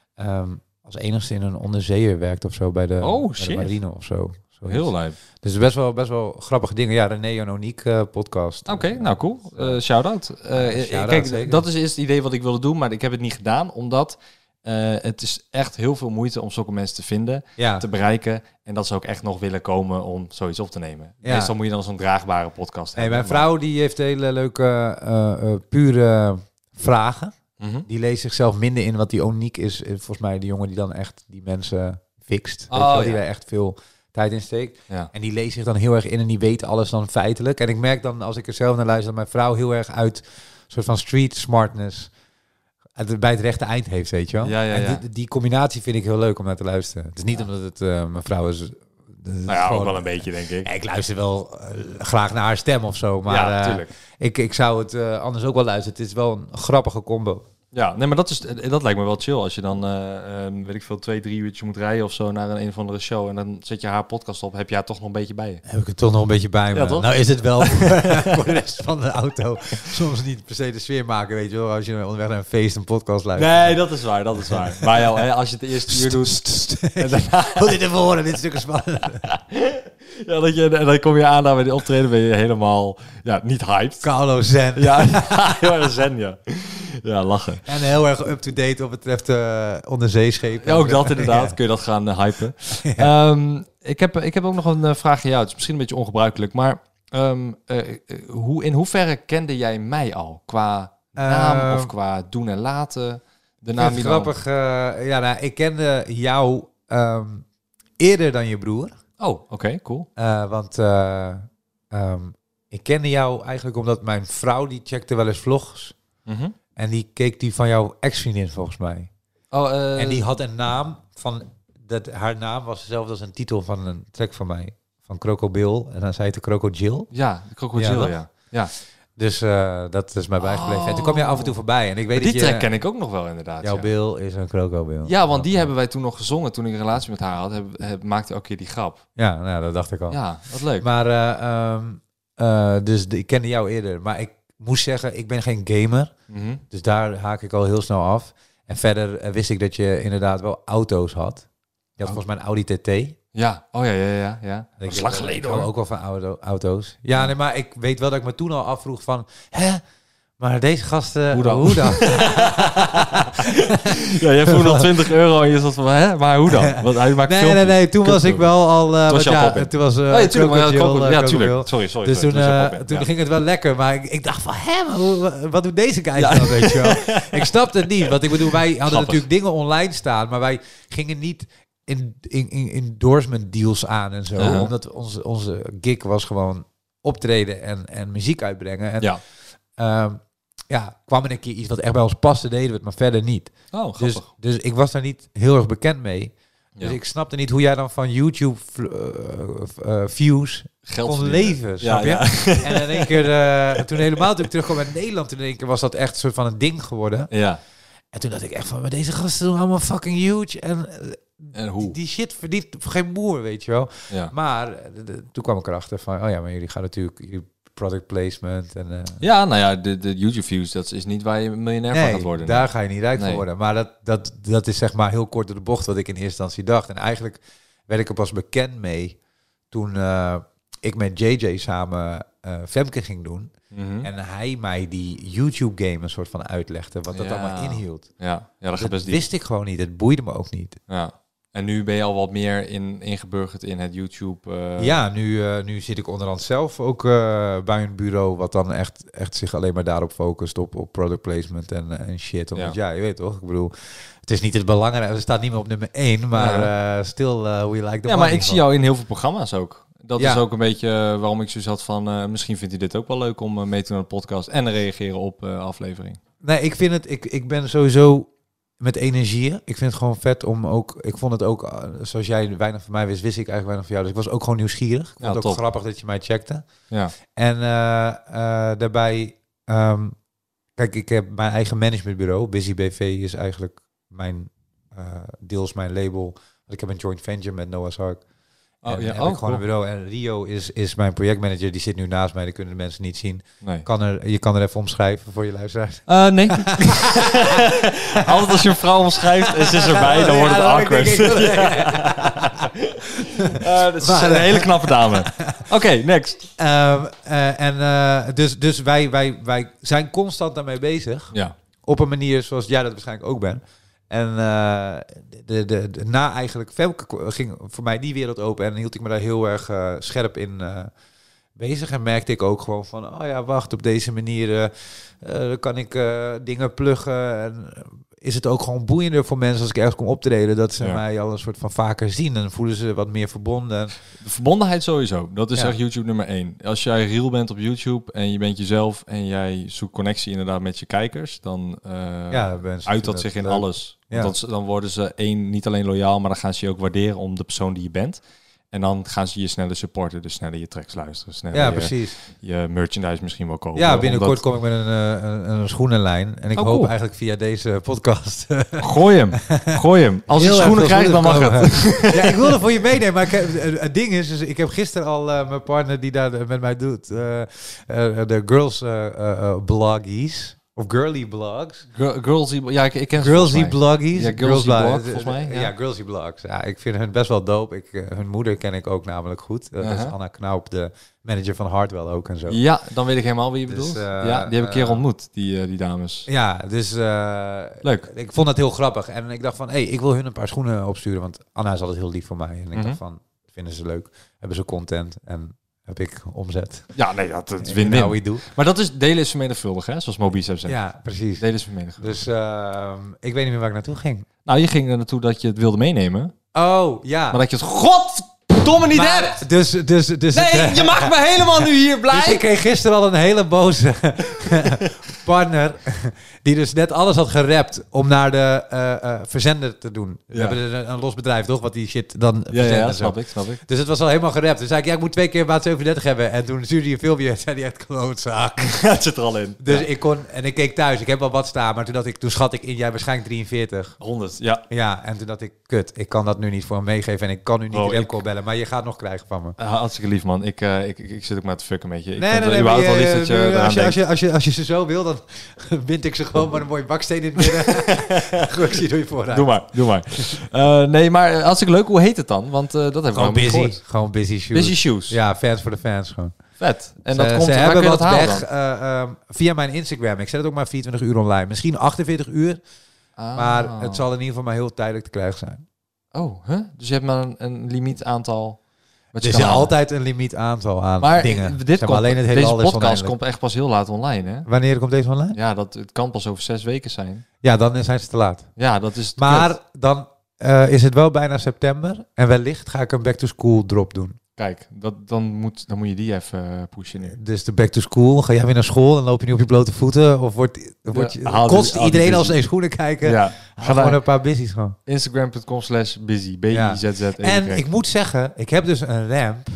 als enigste in een onderzeeër werkt of zo bij de marine of zo. Heel lijp. Dus best wel grappige dingen. Ja, René en Oniek podcast. Oké, nou cool. Shout-out. Kijk, zeker. Dat is eerst het idee wat ik wilde doen, maar ik heb het niet gedaan, omdat het is echt heel veel moeite om zulke mensen te vinden, te bereiken. En dat ze ook echt nog willen komen om zoiets op te nemen. Ja. Meestal moet je dan zo'n draagbare podcast hebben. Mijn vrouw die heeft hele leuke, pure vragen. Mm-hmm. Die leest zichzelf minder in, wat die Oniek is. Volgens mij de jongen die dan echt die mensen fixt. Die daar echt veel tijd in steekt. Ja. En die leest zich dan heel erg in en die weet alles dan feitelijk. En ik merk dan, als ik er zelf naar luister, dat mijn vrouw heel erg uit een soort van street smartness bij het rechte eind heeft, weet je wel. Ja. En die combinatie vind ik heel leuk om naar te luisteren. Het is niet omdat het mijn vrouw is... gewoon, ook wel een beetje, denk ik. Ik luister wel graag naar haar stem of zo. Maar natuurlijk. Ik zou het anders ook wel luisteren. Het is wel een grappige combo. Ja, nee, maar dat lijkt me wel chill. Als je dan, weet ik veel, 2-3 uurtjes moet rijden of zo naar een of andere show. En dan zet je haar podcast op. Heb je haar toch nog een beetje bij je? Heb ik het toch nog een beetje bij me. Ja, toch? Nou is het wel voor de rest van de auto soms niet per se de sfeer maken, weet je wel. Als je onderweg naar een feest een podcast luistert. Nee, dat is waar. Maar ja, als je het de eerste uur doet... en daarna... Wil dit even horen? Dit stuk is spannend. Ja, en dan kom je aan daar bij de optreden, ben je helemaal niet hyped. Carlo Zen. Ja, heel erg zen, ja. Ja, lachen. En heel erg up-to-date wat betreft onderzeeschepen. Ja, ook dat inderdaad. Kun je dat gaan hypen. Ja. Ik heb ook nog een vraag aan jou. Het is misschien een beetje ongebruikelijk, maar in hoeverre kende jij mij al? Qua naam of qua doen en laten? De naam grappig. Ik kende jou eerder dan je broer. Oh, oké, cool. Want ik kende jou eigenlijk omdat mijn vrouw, die checkte wel eens vlogs. En die keek die van jouw ex-vriendin volgens mij. En die had een naam van haar naam was hetzelfde als een titel van een track van mij. Van Croco Bill. En dan zei het de Croco Jill. Ja, de Crocodile, ja. Dus dat is mij bijgebleven. En toen kwam je af en toe voorbij. En ik weet die track ken ik ook nog wel inderdaad. Jouw Bill is een Croco Bill. Ja, want die hebben wij toen nog gezongen. Toen ik een relatie met haar had, maakte elke keer die grap. Ja, nou, dat dacht ik al. Ja, wat leuk. Maar dus ik kende jou eerder. Maar ik moest zeggen, ik ben geen gamer. Mhm. Dus daar haak ik al heel snel af. En verder wist ik dat je inderdaad wel auto's had. Je had volgens mij een Audi TT. Ja, ja. Dat is lang geleden Ik hou ook wel van auto's. Ja, nee, maar ik weet wel dat ik me toen al afvroeg van... Maar deze gasten, hoe dan? Ja, jij vroeg al €20 en je zat van, maar hoe dan? Want hij maakt nee, toen was ik wel al... toen was tuurlijk. Sorry. Dus toen ging het wel lekker, maar ik dacht van, wat doet deze guy dan, weet je wel? Ik snapte het niet, want ik bedoel, wij hadden natuurlijk dingen online staan, maar wij gingen niet endorsement deals aan en zo, omdat onze gig was gewoon optreden en muziek uitbrengen. En, kwam er een keer iets wat echt bij ons paste, deden we het, maar verder niet. Oh, dus ik was daar niet heel erg bekend mee. Dus ik snapte niet hoe jij dan van YouTube views geld kon leven, snap je? Ja. En in één keer, toen helemaal toen ik terugkwam uit Nederland, in één keer was dat echt een soort van een ding geworden. Ja. En toen dacht ik echt van, maar deze gasten doen allemaal fucking huge. En hoe? Die shit verdient geen moer, weet je wel. Ja. Maar toen kwam ik erachter van, maar jullie gaan natuurlijk... product placement en... Ja, nou ja, de YouTube views, dat is niet waar je miljonair van gaat worden. Daar ga je niet rijk van worden. Maar dat is zeg maar heel kort door de bocht wat ik in eerste instantie dacht. En eigenlijk werd ik er pas bekend mee toen ik met JJ samen Femke ging doen. Mm-hmm. En hij mij die YouTube game een soort van uitlegde wat dat allemaal inhield. Ja, dat gaat best diep. Wist ik gewoon niet. Het boeide me ook niet. Ja. En nu ben je al wat meer ingeburgerd in het YouTube... Ja, nu zit ik onderhand zelf ook bij een bureau... wat dan echt zich alleen maar daarop focust... op product placement en shit. Omdat je weet toch? Ik bedoel, het is niet het belangrijkste. Het staat niet meer op nummer 1, maar still we like the Ja, maar ik zie jou in heel veel programma's ook. Dat is ook een beetje waarom ik zoiets had van... misschien vindt hij dit ook wel leuk om mee te doen aan de podcast... en reageren op aflevering. Nee, ik vind het... Ik ben sowieso... met energieën. Ik vind het gewoon vet om ook... Ik vond het ook, zoals jij weinig van mij wist ik eigenlijk weinig van jou. Dus ik was ook gewoon nieuwsgierig. Ik vond het ook grappig dat je mij checkte. Ja. En daarbij... kijk, ik heb mijn eigen managementbureau. Busy BV is eigenlijk deels mijn label. Ik heb een joint venture met Noah's Ark. Heb ik gewoon een bureau. En Rio is mijn projectmanager. Die zit nu naast mij. Dat kunnen de mensen niet zien. Nee. Je kan er even omschrijven voor je luisteraars. Nee. Altijd als je een vrouw omschrijft en ze is erbij, dan wordt het awkward. Dus ze zijn een hele knappe dame. Oké, next. Dus wij zijn constant daarmee bezig. Ja. Op een manier zoals jij dat waarschijnlijk ook bent. En na eigenlijk Femke ging voor mij die wereld open en hield ik me daar heel erg scherp in bezig. En merkte ik ook gewoon van, wacht, op deze manier kan ik dingen pluggen. En is het ook gewoon boeiender voor mensen als ik ergens kom optreden, dat ze mij al een soort van vaker zien en voelen ze wat meer verbonden. De verbondenheid sowieso, dat is echt YouTube nummer 1. Als jij real bent op YouTube en je bent jezelf en jij zoekt connectie inderdaad met je kijkers, dan uit dat zich in alles. Want dan worden ze niet alleen loyaal, maar dan gaan ze je ook waarderen om de persoon die je bent. En dan gaan ze je sneller supporten, dus sneller je tracks luisteren. Sneller precies. Je merchandise misschien wel kopen. Ja, binnenkort kom ik met een schoenenlijn. En ik hoop eigenlijk via deze podcast... Gooi hem. Als je schoenen krijgt, dan mag het. Ja, ik wilde voor je meenemen. Maar het ding is, dus ik heb gisteren al mijn partner die daar met mij doet. De girls bloggies. Of girly blogs. Girlsy, ja, ik ken girlsy bloggies. Ja, girlsy blog, volgens mij. Ja, girlsy blogs. Ja, ik vind hun best wel dope. Hun moeder ken ik ook namelijk goed. Dat is Anna Knaup, de manager van Hardwell ook en zo. Ja, dan weet ik helemaal wie je bedoelt. Ja, die heb ik een keer ontmoet, die dames. Ja, dus leuk. Ik vond dat heel grappig. En ik dacht van, ik wil hun een paar schoenen opsturen. Want Anna is altijd heel lief voor mij. En ik dacht van, vinden ze leuk. Hebben ze content en... heb ik omzet. Ja, nee, dat is win-win. Maar dat is delen is vermenigvuldig, hè? Zoals Mobius heeft gezegd. Ja, precies. Delen is vermenigvuldig. Dus ik weet niet meer waar ik naartoe ging. Nou, je ging er naartoe dat je het wilde meenemen. Oh, ja. Maar dat je het... God! verdomme niet hebt. Dus Nee, je maakt me helemaal nu hier blij. Dus ik kreeg gisteren al een hele boze partner die dus net alles had gerapt om naar de verzender te doen. We hebben een los bedrijf, toch? Wat die shit dan verzendt. Ja, snap ik. Dus het was al helemaal gerapt. Dus zei ik, ik moet 2 keer maat 37 hebben. En toen stuurde hij een filmpje en zei hij echt klootzak. Het zit er al in. Dus ik keek thuis. Ik heb wel wat staan, maar toen schat ik in, jij waarschijnlijk 43. 100, ja. Ja, en toen dacht ik, kut, ik kan dat nu niet voor hem meegeven en ik kan nu niet Remco bellen, maar je gaat nog krijgen van me. Hartstikke lief, man. Ik zit ook maar te fucken met je. Nee, überhaupt wel lief dat je eraan denkt. als je ze zo wil, dan bind ik ze gewoon maar een mooie baksteen in het midden. Goed, ik zie door je vooruit. Doe maar. Nee, maar hartstikke leuk. Hoe heet het dan? Want dat hebben we nog niet gehoord. Gewoon Busy Shoes. Busy Shoes. Ja, fans voor de fans gewoon. Vet. En dat komt, ze waar hebben kun je wat dat halen weg dan? Via mijn Instagram. Ik zet het ook maar 24 uur online. Misschien 48 uur. Maar het zal in ieder geval maar heel tijdelijk te krijgen zijn. Oh, dus je hebt maar een limiet aantal... Er is altijd een limiet aantal aan dingen. Deze podcast komt echt pas heel laat online, hè? Wanneer komt deze online? Ja, het kan pas over 6 weken zijn. Ja, dan zijn ze te laat. Ja, dat is... Maar dan is het wel bijna september. En wellicht ga ik een back-to-school drop doen. Kijk, dan moet je die even pushen nu. Dus de back-to-school, ga jij weer naar school en loop je nu op je blote voeten? Of kost iedereen al zijn schoenen kijken? Ja. Ga gewoon een paar busy's gewoon. Instagram.com/busy. B-I-Z-Z. En ik moet zeggen, ik heb dus een ramp.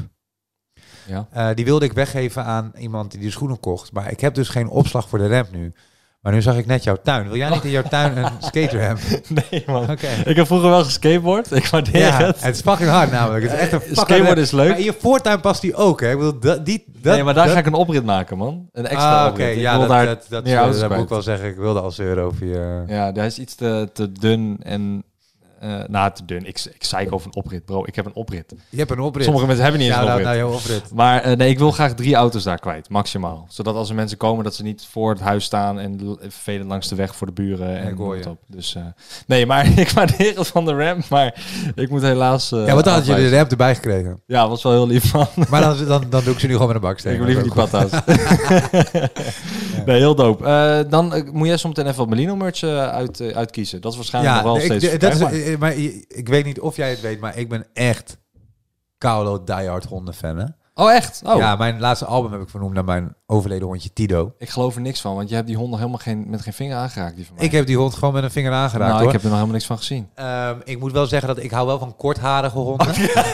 Ja. Die wilde ik weggeven aan iemand die de schoenen kocht. Maar ik heb dus geen opslag voor de ramp nu. Maar nu zag ik net jouw tuin. Wil jij niet in jouw tuin een skateramp? Nee, man. Okay. Ik heb vroeger wel geskateboard. Ik waardeer het. Het is fucking hard namelijk. Het is echt een fucking skateboard is leuk. Maar in je voortuin past die ook, hè? Ik bedoel, nee, maar daar ga ik een oprit maken, man. Een extra oprit. Okay. Ja, dat moet ik wel zeggen. Ik wilde al zeuren over je... Ja, hij is iets te dun en... te dun. Ik zei over een oprit, bro. Ik heb een oprit. Je hebt een oprit. Sommige mensen hebben niet eens een oprit. Nou, jouw oprit. Maar nee, ik wil graag 3 auto's daar kwijt, maximaal. Zodat als er mensen komen, dat ze niet voor het huis staan en vervelend langs de weg voor de buren. En gooi je. Op. Dus nee, maar ik waardeer het van de ramp, maar ik moet helaas... wat had je de ramp erbij gekregen? Ja, was wel heel lief van. Maar dan doe ik ze nu gewoon met een baksteen. Ik wil liever die patas. Nee, heel dope. Dan moet jij zometeen even wat Merlino merch uitkiezen. Dat is waarschijnlijk nog wel steeds... Maar ik weet niet of jij het weet, maar ik ben echt Kaulo diehard hondenfan, hè? Oh, echt? Oh. Ja, mijn laatste album heb ik vernoemd naar mijn overleden hondje Tido. Ik geloof er niks van, want je hebt die hond nog helemaal met geen vinger aangeraakt. Die van mij. Ik heb die hond gewoon met een vinger aangeraakt, hoor. Ik heb er nog helemaal niks van gezien. Ik moet wel zeggen dat ik hou wel van kortharige honden.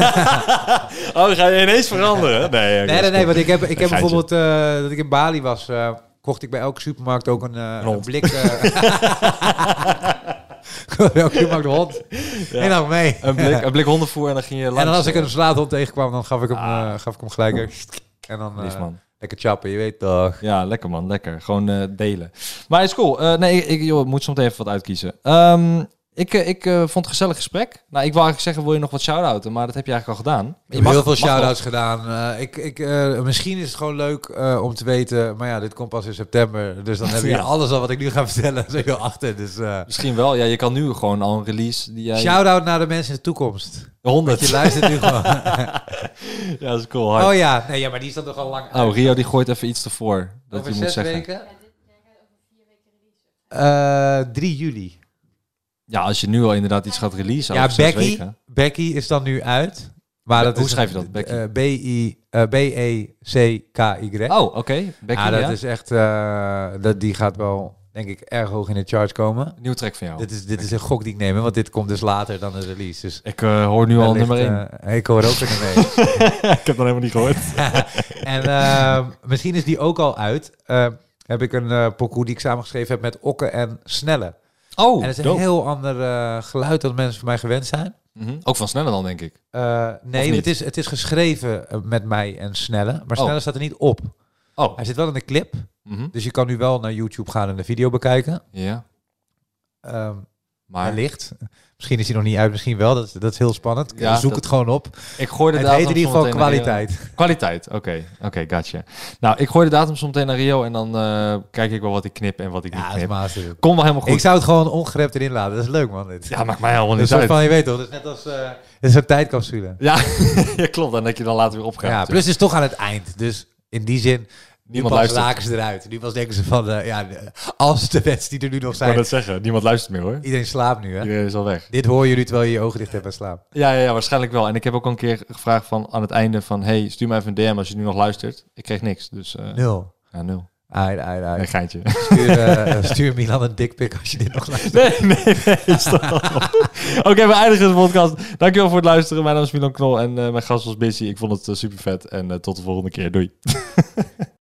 Dan ga je ineens veranderen? Nee, want ik heb bijvoorbeeld, dat ik in Bali was, kocht ik bij elke supermarkt ook een blik... Welke je maakt de hond? Ja. En dan mee. Een blik hondenvoer en dan ging je langs. En dan als ik een slaathond tegenkwam, dan gaf ik hem gelijk. En dan lekker chappen, je weet toch. Ja, lekker man, lekker. Gewoon delen. Maar is cool. Ik moet soms even wat uitkiezen. Ik vond het een gezellig gesprek. Nou, ik wou eigenlijk zeggen, wil je nog wat shout-outen? Maar dat heb je eigenlijk al gedaan. Je hebt heel veel shout-outs gedaan. Misschien is het gewoon leuk om te weten... Maar ja, dit komt pas in september. Dus dan heb je alles al wat ik nu ga vertellen. Zo heel achter. Dus, misschien wel. Ja, je kan nu gewoon al een release... die jij... Shout-out naar de mensen in de toekomst. 100. Want je luistert nu gewoon. Ja, dat is cool. Hard. Oh ja. Nee, maar die is dan toch al lang uit. Oh, Rio die gooit even iets ervoor. Dat over je 6 moet zeggen. weken? 3 juli. Ja, als je nu al inderdaad iets gaat releasen. Ja, Becky is dan nu uit. Maar dat hoe is schrijf je dat? Becky? B-E-C-K-Y. Oh, oké. Becky, dat is echt... die gaat wel, denk ik, erg hoog in de charts komen. Nieuw track van jou. Dit is een gok die ik neem, want dit komt dus later dan de release. Dus ik hoor nu al nummer 1. Ik hoor ook een nummer 1. Ik heb dat helemaal niet gehoord. En misschien is die ook al uit. Heb ik een pokoe die ik samengeschreven heb met Okke en Snelle. Oh, en het is een heel ander geluid dan mensen van mij gewend zijn. Mm-hmm. Ook van Snelle dan, denk ik. Nee, het is geschreven met mij en Snelle. Maar Snelle staat er niet op. Oh. Hij zit wel in de clip. Mm-hmm. Dus je kan nu wel naar YouTube gaan en de video bekijken. Ja. Maar wellicht. Misschien is hij nog niet uit, misschien wel. Dat is heel spannend. Ja, zoek het gewoon op. Ik gooi de het datum heet in ieder geval kwaliteit. Kwaliteit, oké, gotcha. Nou, ik gooi de datum zo meteen naar Rio en dan kijk ik wel wat ik knip en wat ik niet knip. Kom wel helemaal goed. Ik zou het gewoon ongerept erin laten. Dat is leuk, man. Dit. Ja, maakt mij helemaal niet uit. Van, je weet toch, dat is net als een soort tijdcapsule. Ja, ja, klopt. En dat je dan later weer opgaat. Ja, plus het is toch aan het eind. Dus in die zin... Niemand pas luistert. raken ze eruit. Nu pas denken ze van, als de wets die er nu nog Ik wou zijn. dat zeggen. Niemand luistert meer hoor. Iedereen slaapt nu, hè? Iedereen is al weg. Dit hoor je nu terwijl je je ogen dicht hebt en slaapt. Ja, waarschijnlijk wel. En ik heb ook al een keer gevraagd van aan het einde van... Hey, stuur me even een DM als je nu nog luistert. Ik kreeg niks. Dus 0. ja, 0. Ai. Een geintje. Stuur Milan een dickpic als je dit nog luistert. Nee. Stop. Oké, we eindigen de podcast. Dankjewel voor het luisteren. Mijn naam is Milan Knol en mijn gast was Busy. Ik vond het super vet. En tot de volgende keer. Doei.